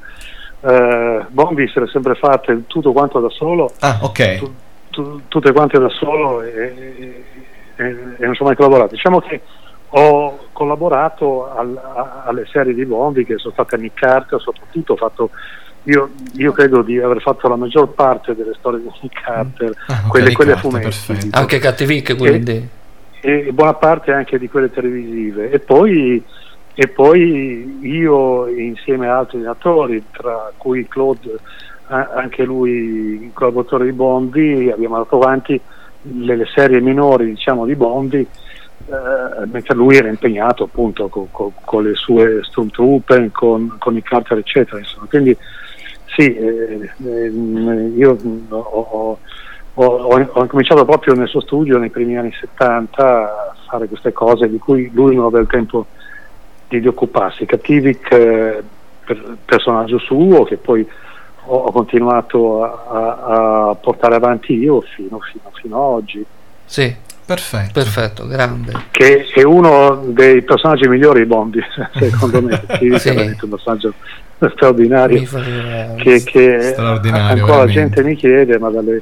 Uh, Bombi se l'è sempre fatte tutto quanto da solo. Ah, ok. Tu, tu, tutte quante da solo e, e, e, e non sono mai collaborato. Diciamo che ho collaborato al, a, alle serie di Bombi che sono state a Nick Carter, soprattutto ho fatto Io, io credo di aver fatto la maggior parte delle storie di Nick Carter, ah, okay, quelle, quelle a Carter, fumetti, anche Cattivic, quindi e, e buona parte anche di quelle televisive, e poi, e poi io insieme a altri attori, tra cui Claude, anche lui collaboratore di Bondi, abbiamo andato avanti le, le serie minori, diciamo, di Bondi, eh, mentre lui era impegnato appunto con, con, con le sue Stormtrooper, con, con i Carter eccetera, insomma. Quindi sì, eh, eh, io ho, ho, ho, ho cominciato proprio nel suo studio nei primi anni settanta a fare queste cose di cui lui non aveva il tempo di, di occuparsi. Cattivic, eh, per, personaggio suo che poi ho, ho continuato a, a, a portare avanti io fino, fino, fino a oggi. Sì, perfetto, perfetto, grande. Che è uno dei personaggi migliori di Bondi, secondo me. Cattivic sì. È veramente un personaggio straordinario che, che straordinario, ancora veramente. La gente mi chiede, ma dalle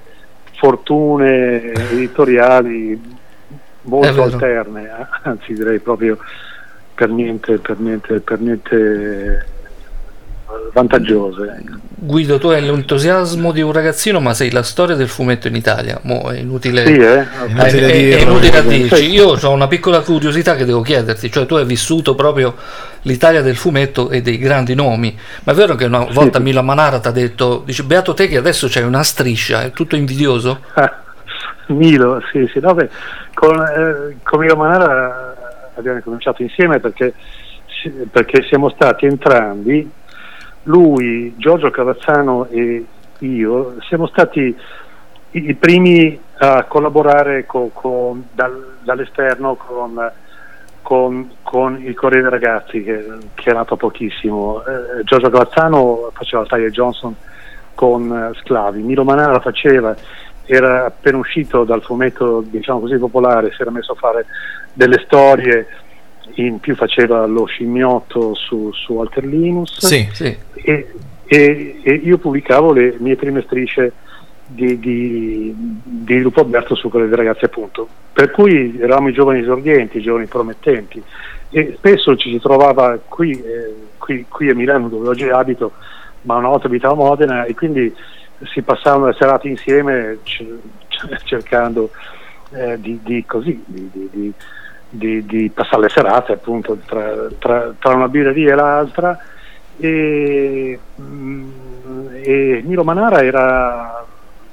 fortune editoriali molto alterne, anzi direi proprio per niente per niente per niente vantaggiose. Guido, tu hai l'entusiasmo di un ragazzino, ma sei la storia del fumetto in Italia. Mo è inutile, sì, eh? è, inutile, è, è inutile a dirci. Io ho una piccola curiosità che devo chiederti, cioè tu hai vissuto proprio l'Italia del fumetto e dei grandi nomi, ma è vero che una volta sì. Milo Manara ti ha detto, dice, beato te che adesso c'hai una striscia, è tutto invidioso? Ah, Milo, sì, sì, no, beh, con, eh, con Milo Manara abbiamo cominciato insieme perché, perché siamo stati entrambi, lui, Giorgio Cavazzano e io, siamo stati i, i primi a collaborare con, con, dal, dall'esterno con, con, con il Corriere dei Ragazzi, che, che è nato pochissimo. Eh, Giorgio Cavazzano faceva Tyler Johnson con uh, Sclavi, Milo Manara faceva, era appena uscito dal fumetto, diciamo così, popolare, si era messo a fare delle storie, in più faceva lo scimmiotto su, su Walter Linus, sì, sì. E, e, e io pubblicavo le mie prime strisce di, di, di Lupo Alberto su quelle dei ragazzi, appunto, per cui eravamo i giovani esordienti, i giovani promettenti, e spesso ci si trovava qui, eh, qui, qui a Milano, dove oggi abito, ma una volta abitavo a Modena e quindi si passavano le serate insieme c- c- cercando eh, di, di così di, di, di, di, di passare le serate appunto tra, tra, tra una birreria e l'altra e, mh, e Milo Manara era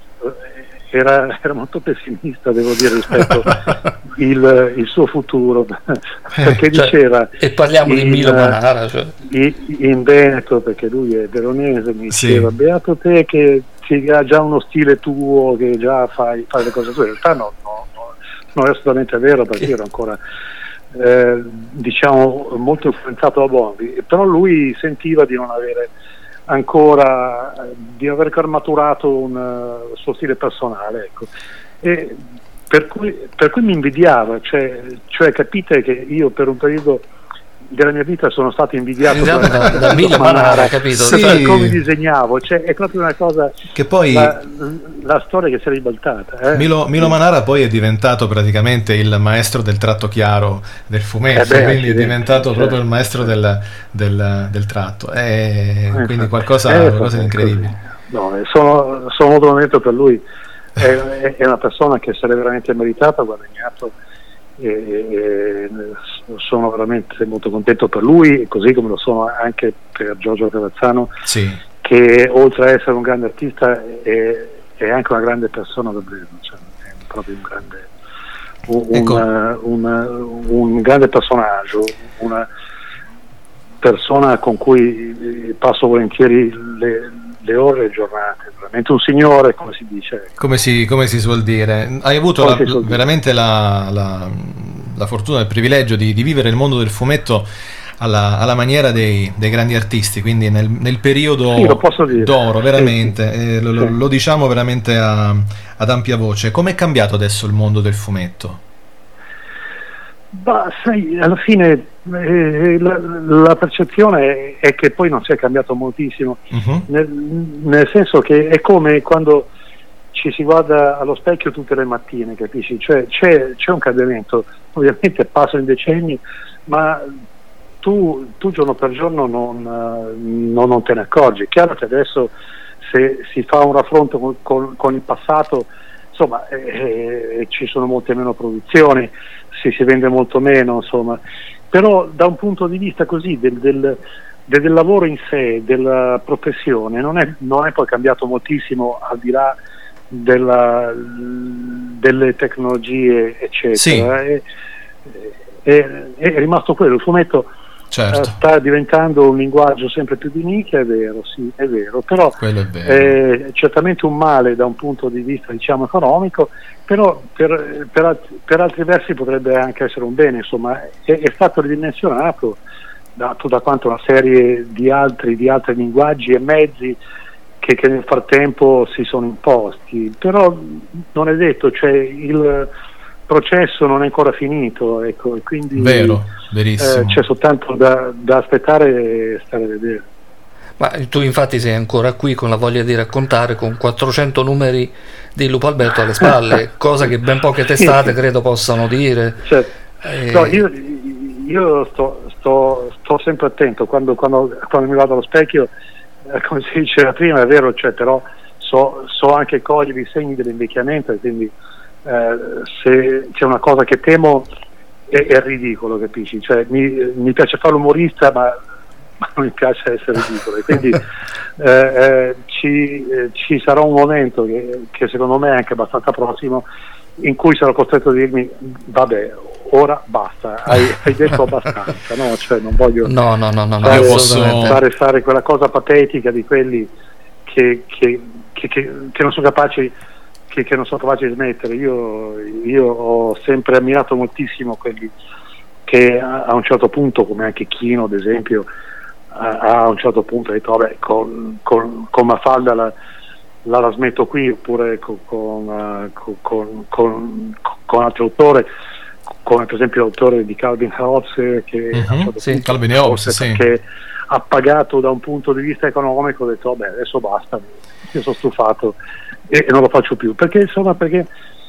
Era, era molto pessimista, devo dire, rispetto il, il suo futuro, perché cioè, diceva e parliamo in, di Milo Manara, cioè. in Veneto, perché lui è veronese, mi Sì. diceva beato te che ti ha già uno stile tuo, che già fai, fai le cose tue. In realtà no, no, no, non è assolutamente vero, perché io ero ancora eh, diciamo molto influenzato da Bondi, però lui sentiva di non avere ancora di aver ancora maturato un uh, suo stile personale, ecco. E per cui, per cui mi invidiava, cioè, cioè capite che io per un periodo della mia vita sono stato invidiato da, da, da Milo Manara, capito? Sì. Per come disegnavo, cioè è proprio una cosa Che poi la, la storia che si è ribaltata, eh? Milo, Milo Manara poi è diventato praticamente il maestro del tratto chiaro del fumetto, Eh beh, quindi è sì, diventato certo. proprio il maestro del, del, del tratto, e Eh, quindi sì. qualcosa, Eh, qualcosa di sì, incredibile. No, eh, sono, sono molto contento per lui, è, è, è una persona che se l'è veramente meritata, ha guadagnato, e, e sono veramente molto contento per lui, così come lo sono anche per Giorgio Cavazzano, Sì. che oltre a essere un grande artista è, è anche una grande persona davvero, cioè, è proprio un grande un, Ecco. un, un, un grande personaggio, una persona con cui passo volentieri le, le ore e le giornate, veramente un signore, come si dice. Come si, come si suol dire. Hai avuto Come la- si suol dire. veramente la, la, la fortuna e il privilegio di, di vivere il mondo del fumetto alla, alla maniera dei, dei grandi artisti, quindi nel, nel periodo Sì, lo posso dire. d'oro, veramente. Sì, sì. Eh, lo, lo- Sì. lo diciamo veramente a- ad ampia voce. Com'è cambiato adesso il mondo del fumetto? Ma sai, alla fine eh, la, la percezione è, è che poi non si è cambiato moltissimo, Mhm. nel, nel senso che è come quando ci si guarda allo specchio tutte le mattine, capisci? Cioè c'è, c'è un cambiamento, ovviamente passano i decenni, ma tu, tu giorno per giorno non, eh, non, non te ne accorgi. È chiaro che adesso se si fa un raffronto con, con, con il passato, insomma eh, eh, ci sono molte meno produzioni, si, si vende molto meno, insomma, però da un punto di vista così del, del, del, del lavoro in sé, della professione, non è, non è poi cambiato moltissimo, al di là della, delle tecnologie eccetera. Sì. È, è, è rimasto quello, il fumetto Certo. eh, sta diventando un linguaggio sempre più di nicchia, è vero, sì, è vero, però Quello è vero. è certamente un male da un punto di vista diciamo economico, però per, per, alt- per altri versi potrebbe anche essere un bene, insomma è, è stato ridimensionato dato da quanto una serie di altri, di altri linguaggi e mezzi che, che nel frattempo si sono imposti, però non è detto, cioè il processo non è ancora finito, ecco, e quindi Vero, verissimo. eh, c'è soltanto da, da aspettare e stare a vedere. Ma tu infatti sei ancora qui con la voglia di raccontare, con quattrocento numeri di Lupo Alberto alle spalle, cosa che ben poche testate credo possano dire. Cioè, Eh, no, io io sto, sto, sto sempre attento quando, quando, quando mi vado allo specchio, eh, come si diceva prima, è vero, cioè, però so, so anche cogliere i segni dell'invecchiamento, e quindi eh, se c'è una cosa che temo è, è il ridicolo, capisci? Cioè, mi, mi piace fare l'umorista, ma ma non mi piace essere ridicolo, e quindi eh, eh, ci, eh, ci sarà un momento che, che secondo me è anche abbastanza prossimo, in cui sarò costretto a dirmi vabbè, ora basta, hai, hai detto abbastanza, no? Cioè, non voglio no, no, no, no, no, fare, io posso- fare, fare quella cosa patetica di quelli che, che, che, che, che non sono capaci che, che non sono capaci di smettere. Io, io ho sempre ammirato moltissimo quelli che a, a un certo punto, come anche Chino ad esempio, a, a un certo punto ha detto vabbè, con, con, con Mafalda la, la, la smetto qui, oppure con, con, uh, con, con, con altri autori, come per esempio l'autore di Calvin Hobbes, che Mhm, a un certo sì, punto, Calvin e Hobbes, forse sì. perché ha pagato da un punto di vista economico, ha detto vabbè, adesso basta, io sono stufato e, e non lo faccio più, perché insomma perché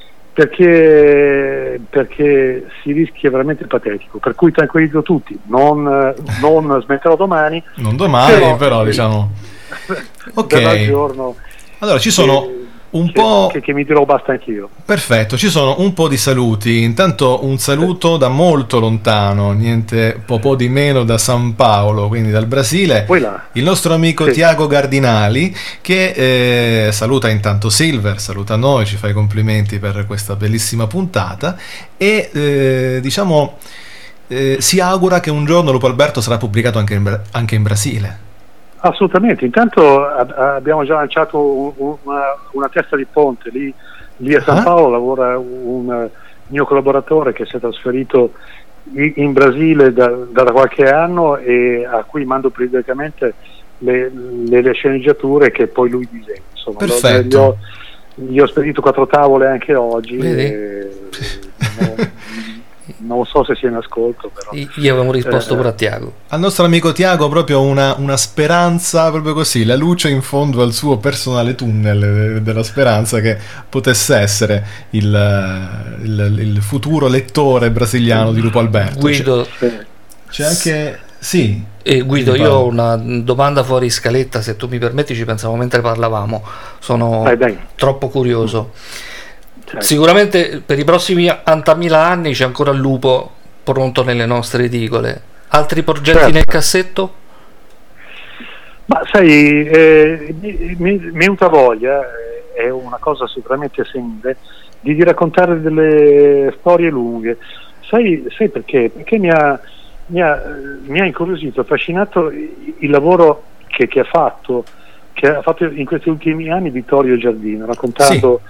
perché perché si rischia veramente patetico, per cui tranquillizzo tutti, non, non smetterò domani, Non domani, però, diciamo Ok. Verrà giorno. Allora ci sono che, un che, po'. Che, che mi dirò basta anch'io. Perfetto, ci sono un po' di saluti. Intanto un saluto da molto lontano, niente po', po' di meno da San Paolo, quindi dal Brasile. Poi là. Il nostro amico Sì. Tiago Gardinali che eh, saluta intanto Silver, saluta noi, ci fa i complimenti per questa bellissima puntata e eh, diciamo eh, si augura che un giorno Lupo Alberto sarà pubblicato anche in, Bra- anche in Brasile. Assolutamente, intanto a- abbiamo già lanciato un- una, una testa di ponte lì, lì a San Ah. Paolo, lavora un eh, mio collaboratore che si è trasferito i- in Brasile da, da qualche anno e a cui mando periodicamente le, le, le sceneggiature che poi lui disegna. Insomma, Perfetto. Gli ho, gli ho spedito quattro tavole anche oggi. Vedi? E, non, non so se sia in ascolto, però. Io avevo risposto Eh, pure a Tiago. Al nostro amico Tiago proprio una, una speranza, proprio così, la luce in fondo al suo personale tunnel eh, della speranza che potesse essere il, il, il futuro lettore brasiliano di Lupo Alberto. Guido, C'è, c'è anche... Sì. eh, Guido, Sì, io ho Paolo. una domanda fuori scaletta, se tu mi permetti, ci pensavo mentre parlavamo. Sono Dai, dai. troppo curioso. Certo. Sicuramente per i prossimi ottantamila anni c'è ancora il lupo pronto nelle nostre edicole. Altri progetti Certo. nel cassetto? Ma sai, eh, mi, mi, mi è venuta voglia, eh, è una cosa sicuramente simile, di, di raccontare delle storie lunghe. Sai, sai perché? Perché mi ha, mi ha, mi ha incuriosito, affascinato il, il lavoro che, che ha fatto, che ha fatto in questi ultimi anni Vittorio Giardino, raccontando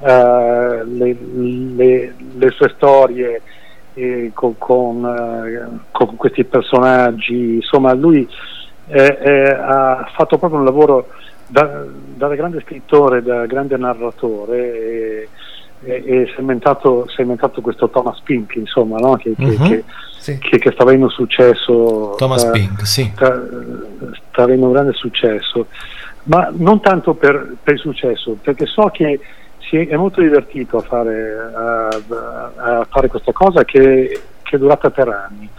eh, le, le, le sue storie eh, con, con, eh, con questi personaggi. Insomma, lui eh, eh, ha fatto proprio un lavoro da, da grande scrittore, da grande narratore e, e, e si è inventato, si è inventato questo Thomas Pink, insomma, no? che, Mhm. che, che, Sì. che, che sta avendo successo. Thomas sta- Pink, sì. sta, sta avendo un grande successo, ma non tanto per, per il successo, perché so che si è, è molto divertito a fare, a, a fare questa cosa che, che è durata per anni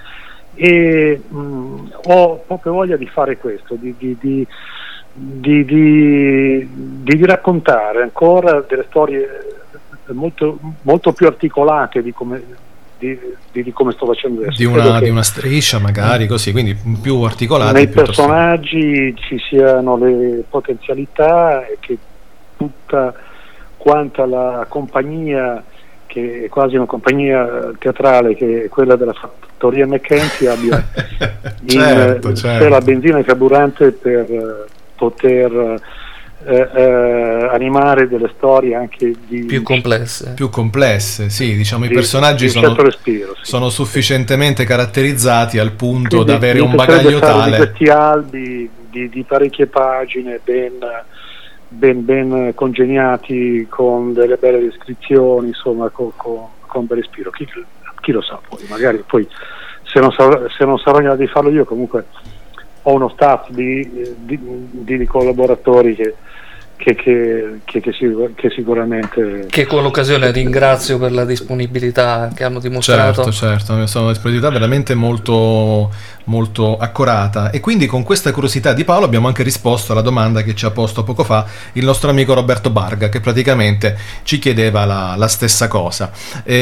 e mh, ho proprio voglia di fare questo, di, di, di, di, di, di raccontare ancora delle storie molto, molto più articolate di come, di, di, di come sto facendo adesso. Di Credo una, che di una striscia magari così, quindi più articolati. nei piuttosto- personaggi ci siano le potenzialità e che tutta quanta la compagnia, che è quasi una compagnia teatrale, che è quella della fattoria McKenzie, abbia Certo, in certo. sé la benzina e il carburante per eh, poter eh, eh, animare delle storie anche di Più complesse. più complesse, sì, diciamo i di- personaggi di un sono, certo respiro, sì. sono sufficientemente caratterizzati al punto Quindi da avere mi un piacerebbe bagaglio fare di tale. questi albi di, di parecchie pagine ben, ben, ben congeniati, con delle belle descrizioni, insomma, con, con, con bel respiro. Chi, chi lo sa, poi magari poi se non sarò, se non sarò in grado di farlo io, comunque ho uno staff di, di, di, di collaboratori che Che, che, che, che, sicur- che sicuramente Che con l'occasione ringrazio per la disponibilità che hanno dimostrato. Certo, certo, sono una disponibilità veramente molto, molto accurata. E quindi con questa curiosità di Paolo abbiamo anche risposto alla domanda che ci ha posto poco fa il nostro amico Roberto Barga, che praticamente ci chiedeva la, la stessa cosa.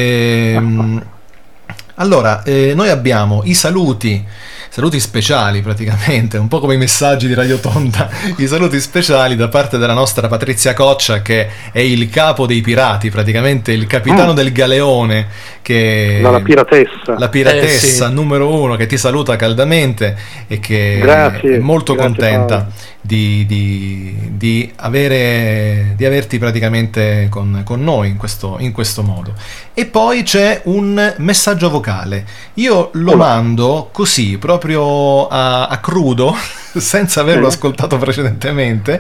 Ehm, allora, eh, noi abbiamo i saluti, saluti speciali praticamente, un po' come i messaggi di Radio Tonda, i saluti speciali da parte della nostra Patrizia Coccia, che è il capo dei pirati, praticamente il capitano Mm. del galeone, che la, la piratessa. la piratessa Eh, sì. numero uno, che ti saluta caldamente e che Grazie, è molto grazie, contenta Paolo. di, di, di, avere, di averti praticamente con, con noi in questo, in questo modo. E poi c'è un messaggio vocale, io lo Oh. mando così proprio a, a crudo senza averlo Mm. ascoltato precedentemente,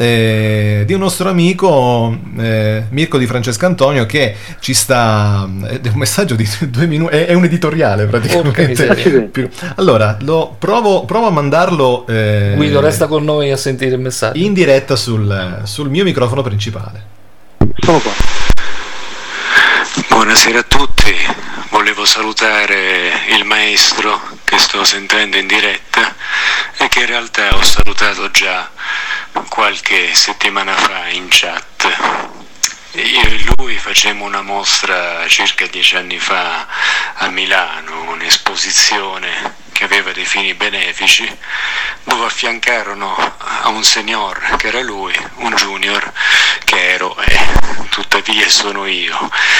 eh, di un nostro amico eh, Mirko Di Francesco Antonio, che ci sta, è un messaggio di due minuti, è, è un editoriale Porca praticamente. miseria. Più- allora lo provo, provo a mandarlo eh, Guido, resta con noi a sentire il messaggio. in diretta sul, sul mio microfono principale. Sono qua. Buonasera a tutti, volevo salutare il maestro che sto sentendo in diretta e che in realtà ho salutato già qualche settimana fa in chat. Io e lui facemmo una mostra circa dieci anni fa a Milano, un'esposizione che aveva dei fini benefici, dove affiancarono a un senior che era lui, un junior che ero e tuttavia sono io.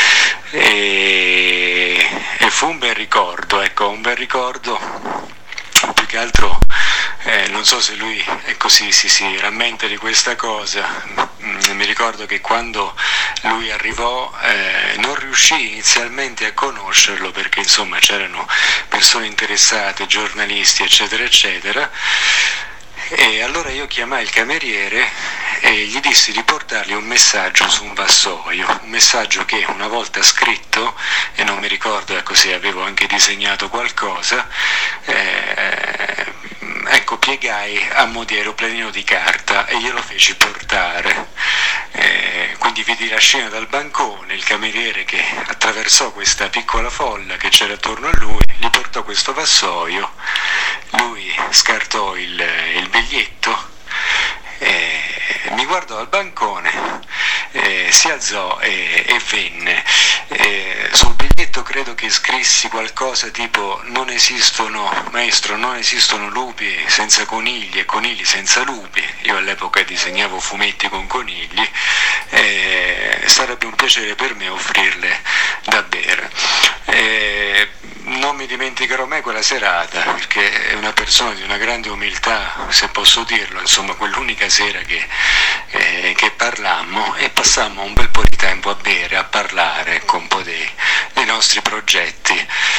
E, e fu un bel ricordo, ecco, un bel ricordo, più che altro eh, non so se lui è così, si, si rammenta di questa cosa. Mi ricordo che quando lui arrivò eh, non riuscii inizialmente a conoscerlo perché insomma c'erano persone interessate, giornalisti eccetera eccetera, e allora io chiamai il cameriere e gli dissi di portargli un messaggio su un vassoio, un messaggio che una volta scritto, e non mi ricordo ecco se avevo anche disegnato qualcosa, eh, ecco piegai a mo' di aeroplanino di carta e glielo feci portare. Eh, quindi vidi la scena dal bancone, il cameriere che attraversò questa piccola folla che c'era attorno a lui, gli portò questo vassoio, lui scartò il, il biglietto, eh, mi guardò dal bancone, eh, si alzò e, e venne. Eh, sul biglietto credo che scrissi qualcosa tipo: non esistono, maestro, non esistono lupi senza conigli e conigli senza lupi. Io all'epoca disegnavo fumetti con conigli, eh, sarebbe un piacere per me offrirle da bere. Eh, non mi dimenticherò mai quella serata, perché è una persona di una grande umiltà, se posso dirlo, insomma quell'unica sera che, eh, che parlammo e passammo un bel po' di tempo a bere, a parlare con un po' dei, dei nostri progetti,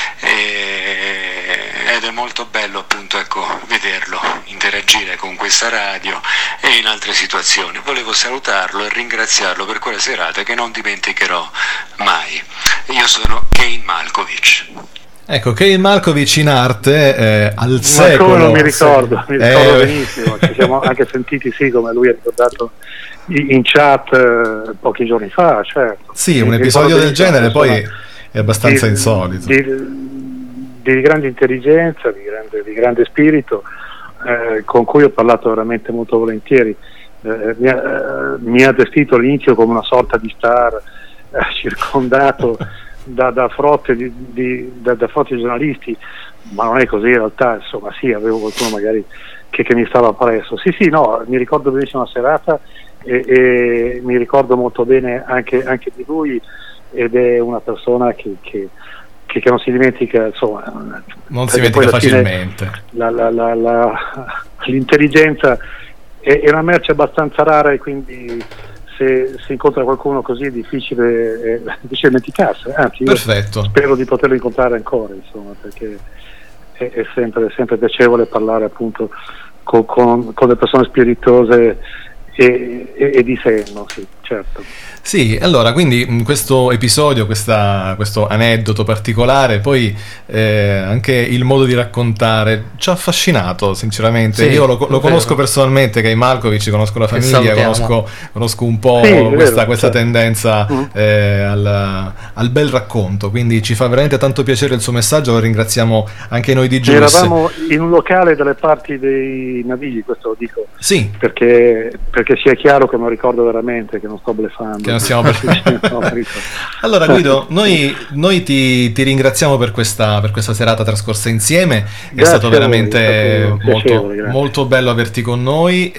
e, ed è molto bello appunto ecco vederlo interagire con questa radio e in altre situazioni. Volevo salutarlo e ringraziarlo per quella serata che non dimenticherò mai. Io sono Kane Malkovich. Ecco, Kane Malkovich in arte eh, al Ma secolo. come non mi ricordo, mi ricordo eh, benissimo, ci siamo anche sentiti, sì, come lui ha ricordato in chat eh, pochi giorni fa, certo. Sì, un mi episodio del genere persona, poi è abbastanza di, insolito. Di, di grande intelligenza, di grande, di grande spirito, eh, con cui ho parlato veramente molto volentieri. Eh, mi, ha, eh, mi ha descritto all'inizio come una sorta di star eh, circondato Da, da frotte di, di, da, da frotte di giornalisti, ma non è così in realtà, insomma sì, avevo qualcuno magari che, che mi stava appresso. Sì sì, no, mi ricordo benissimo la serata e, e mi ricordo molto bene anche, anche di lui, ed è una persona che, che, che, che non si dimentica, insomma, non si dimentica facilmente. La, la, la, la, l'intelligenza è, è una merce abbastanza rara, e quindi se si incontra qualcuno così è difficile, è difficile dimenticarsi. Anzi, io Perfetto. spero di poterlo incontrare ancora, insomma, perché è, è, sempre, è sempre piacevole parlare appunto con, con, con le persone spiritose e, e, e di senno, sì, certo. Sì, allora, quindi in questo episodio, questa, questo aneddoto particolare, poi eh, anche il modo di raccontare ci ha affascinato, sinceramente. Sì, Io lo, lo conosco personalmente, Kane Malkovich, conosco la famiglia, conosco, conosco un po' sì, questa, vero, questa certo. tendenza Mm. eh, al, al bel racconto, quindi ci fa veramente tanto piacere il suo messaggio, lo ringraziamo anche noi di Juice. Eravamo in un locale dalle parti dei Navigli, questo lo dico, sì. perché, perché sia chiaro che me lo ricordo veramente, che non sto bleffando. Che non stiamo per... Allora Guido, noi, noi ti, ti ringraziamo per questa, per questa serata trascorsa insieme. È Grazie stato veramente a voi, è stato molto, molto bello averti con noi,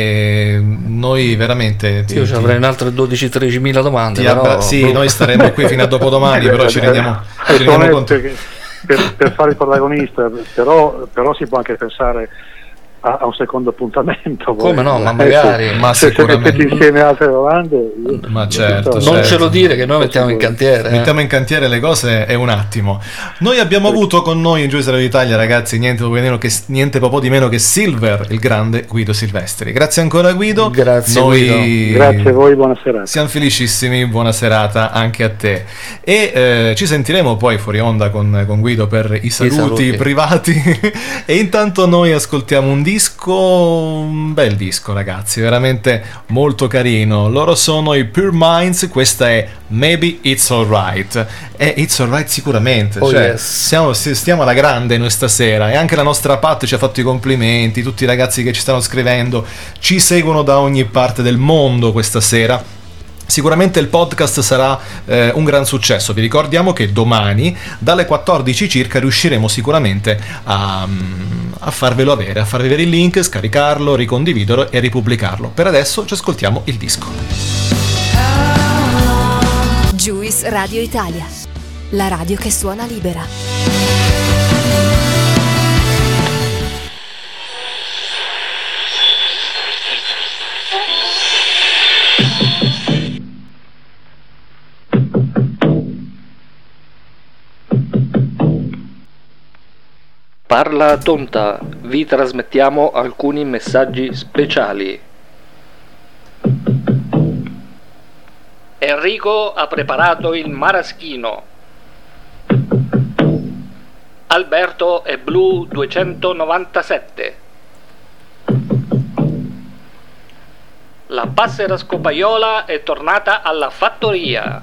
e noi veramente ti, io ci avrei un'altre dodici tredici mila domande, ti però... abbra- sì, noi staremo qui fino a dopodomani, però ci rendiamo, ci rendiamo conto per, per fare il protagonista, però, però si può anche pensare a, a un secondo appuntamento. Come no, ma Eh, magari. se, Ma se sicuramente. mettete insieme altre domande, io- Ma certo, io- Non certo. ce lo dire che noi mettiamo in cantiere. eh. Mettiamo in cantiere le cose è un attimo. Noi abbiamo avuto con noi in Juice Radio Italia, ragazzi, niente po' di meno che, niente po' di meno che Silver, il grande Guido Silvestri. Grazie ancora Guido. Grazie, Noi Guido. Grazie a voi, buona serata. siamo felicissimi, buona serata anche a te. E eh, ci sentiremo poi fuori onda con, con Guido per i saluti, saluti. privati. E intanto noi ascoltiamo un disco disco, un bel disco ragazzi, veramente molto carino. Loro sono i Pure Minds, questa è Maybe It's Alright. E It's Alright sicuramente, oh cioè, yes. stiamo, stiamo alla grande noi stasera, e anche la nostra Pat ci ha fatto i complimenti, tutti i ragazzi che ci stanno scrivendo, ci seguono da ogni parte del mondo questa sera. Sicuramente il podcast sarà eh, un gran successo. Vi ricordiamo che domani dalle quattordici circa riusciremo sicuramente a, a farvelo avere, a farvi avere il link, scaricarlo, ricondividerlo e ripubblicarlo. Per adesso ci ascoltiamo il disco. Juice Radio Italia, la radio che suona libera. Parla Tonta, vi trasmettiamo alcuni messaggi speciali. Enrico ha preparato il maraschino. Alberto è blu duecentonovantasette. La passera scopaiola è tornata alla fattoria.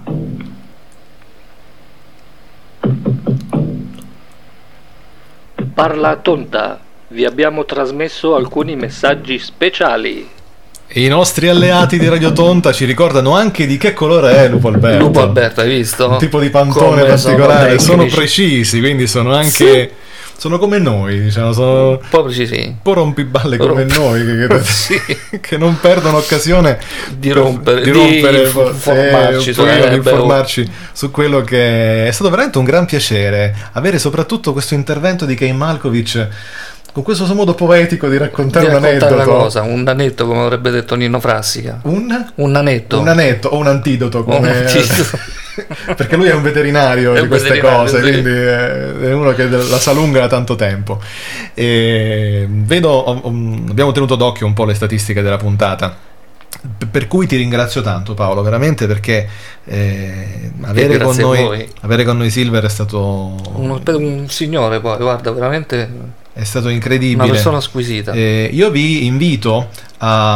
Parla Tonta, vi abbiamo trasmesso alcuni messaggi speciali. E i nostri alleati di Radio Tonta ci ricordano anche di che colore è Lupo Alberto. Lupo Alberto, hai visto? Un tipo di pantone come particolare, sono, sono, sono precisi, quindi sono anche... Sì. Sono come noi, diciamo, sono un po' precisi, un po' rompiballe come Romp- noi, che, che, sì. che non perdono occasione di rompere, di, rompere, di informarci, eh, su, di eh, informarci su quello che è stato veramente un gran piacere avere soprattutto questo intervento di Kein Malkovich con questo suo modo poetico di raccontare, di un raccontare aneddoto. una cosa, un anetto, come avrebbe detto Nino Frassica. Un? Un anetto. Un anetto o un antidoto, come... un antidoto. Perché lui è un veterinario è di un queste veterinario, cose, sì. quindi è uno che la sa lunga da tanto tempo. E vedo, abbiamo tenuto d'occhio un po' le statistiche della puntata, per cui ti ringrazio tanto Paolo, veramente, perché eh, avere, con noi, avere con noi Silver è stato Uno, un signore, poi guarda, veramente è stato incredibile, una persona squisita. Eh, io vi invito a,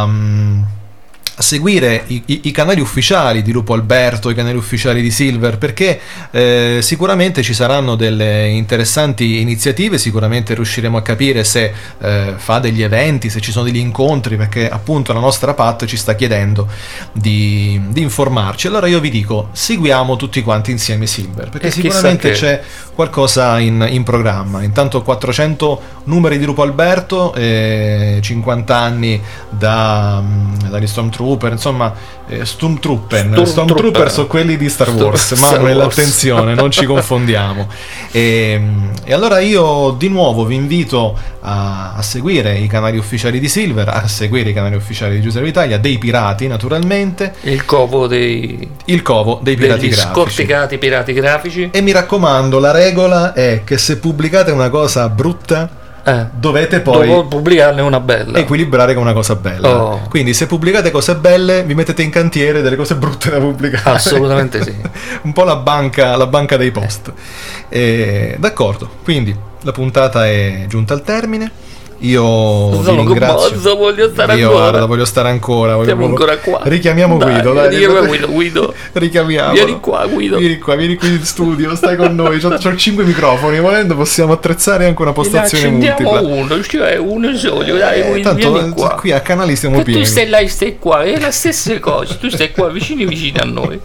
a seguire i, i, i canali ufficiali di Lupo Alberto, i canali ufficiali di Silver, perché eh, sicuramente ci saranno delle interessanti iniziative, sicuramente riusciremo a capire se eh, fa degli eventi, se ci sono degli incontri, perché appunto la nostra Pat ci sta chiedendo di, di informarci. Allora io vi dico, seguiamo tutti quanti insieme Silver, perché e sicuramente che... c'è qualcosa in, in programma. Intanto quattrocento numeri di Lupo Alberto, eh, cinquanta anni da, dagli Stormtrooper, insomma, eh, Stormtrooper Storm Stormtrooper sono quelli di Star Wars, Star ma Wars. attenzione, non ci confondiamo. E, e allora io di nuovo vi invito a, a seguire i canali ufficiali di Silver, a seguire i canali ufficiali di Juice Radio Italia, dei pirati naturalmente, il covo dei il covo dei pirati degli grafici, scorticati pirati grafici. e mi raccomando, la regola è che se pubblicate una cosa brutta Eh, dovete poi devo pubblicarne una bella, equilibrare con una cosa bella. Oh. Quindi se pubblicate cose belle vi mettete in cantiere delle cose brutte da pubblicare. Assolutamente sì. Un po' la banca, la banca dei post. Eh, d'accordo, quindi la puntata è giunta al termine. Io Sono vi ringrazio. commosso, voglio stare Io ancora. guarda, voglio stare ancora. Voglio Siamo proprio... ancora qua. Richiamiamo Dai, Guido. Dai, Guido, Guido, Guido. Richiamiamo. Vieni qua, Guido. Vieni qua, vieni qui in studio, stai con noi. C'ho, c'ho cinque microfoni, volendo possiamo attrezzare anche una postazione multipla. uno, cioè uno solo, dai, Eh, Guido, tanto vieni qua. qui a canali siamo Che pieni. tu stai là e stai qua, è la stessa cosa, tu stai qua vicini vicini a noi.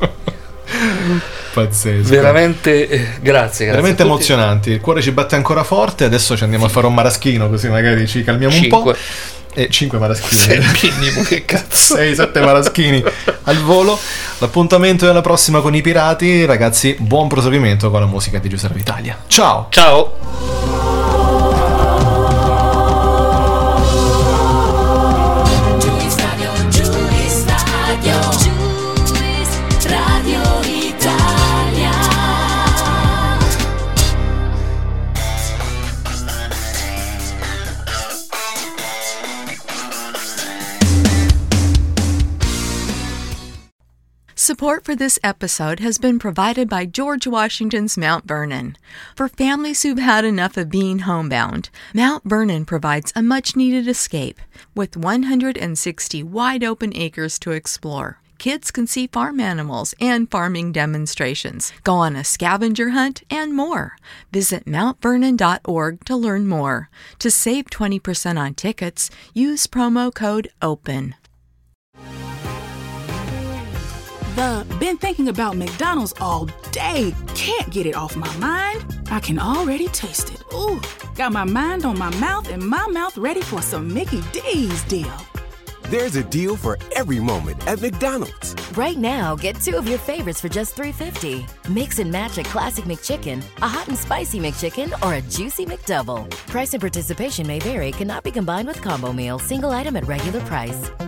Pazzesco. Veramente eh, grazie, grazie. Veramente emozionanti. Il cuore ci batte ancora forte. Adesso ci andiamo a fare un maraschino, così magari ci calmiamo Cinque. un po'. E cinque maraschini. Sei minimo, che cazzo. sei sette maraschini al volo. L'appuntamento è alla prossima con i pirati. Ragazzi, buon proseguimento con la musica di Juice Radio Italia. Ciao. Ciao. Support Support for this episode has been provided by George Washington's Mount Vernon. For families who've had enough of being homebound, Mount Vernon provides a much-needed escape with one hundred sixty wide-open acres to explore. Kids can see farm animals and farming demonstrations, go on a scavenger hunt, and more. Visit mount vernon dot org to learn more. To save twenty percent on tickets, use promo code OPEN. The been thinking about McDonald's all day. Can't get it off my mind. I can already taste it. Ooh, got my mind on my mouth and my mouth ready for some Mickey D's deal. There's a deal for every moment at McDonald's. Right now, get two of your favorites for just three fifty. Mix and match a classic McChicken, a hot and spicy McChicken, or a juicy McDouble. Price and participation may vary. Cannot be combined with combo meal. Single item at regular price.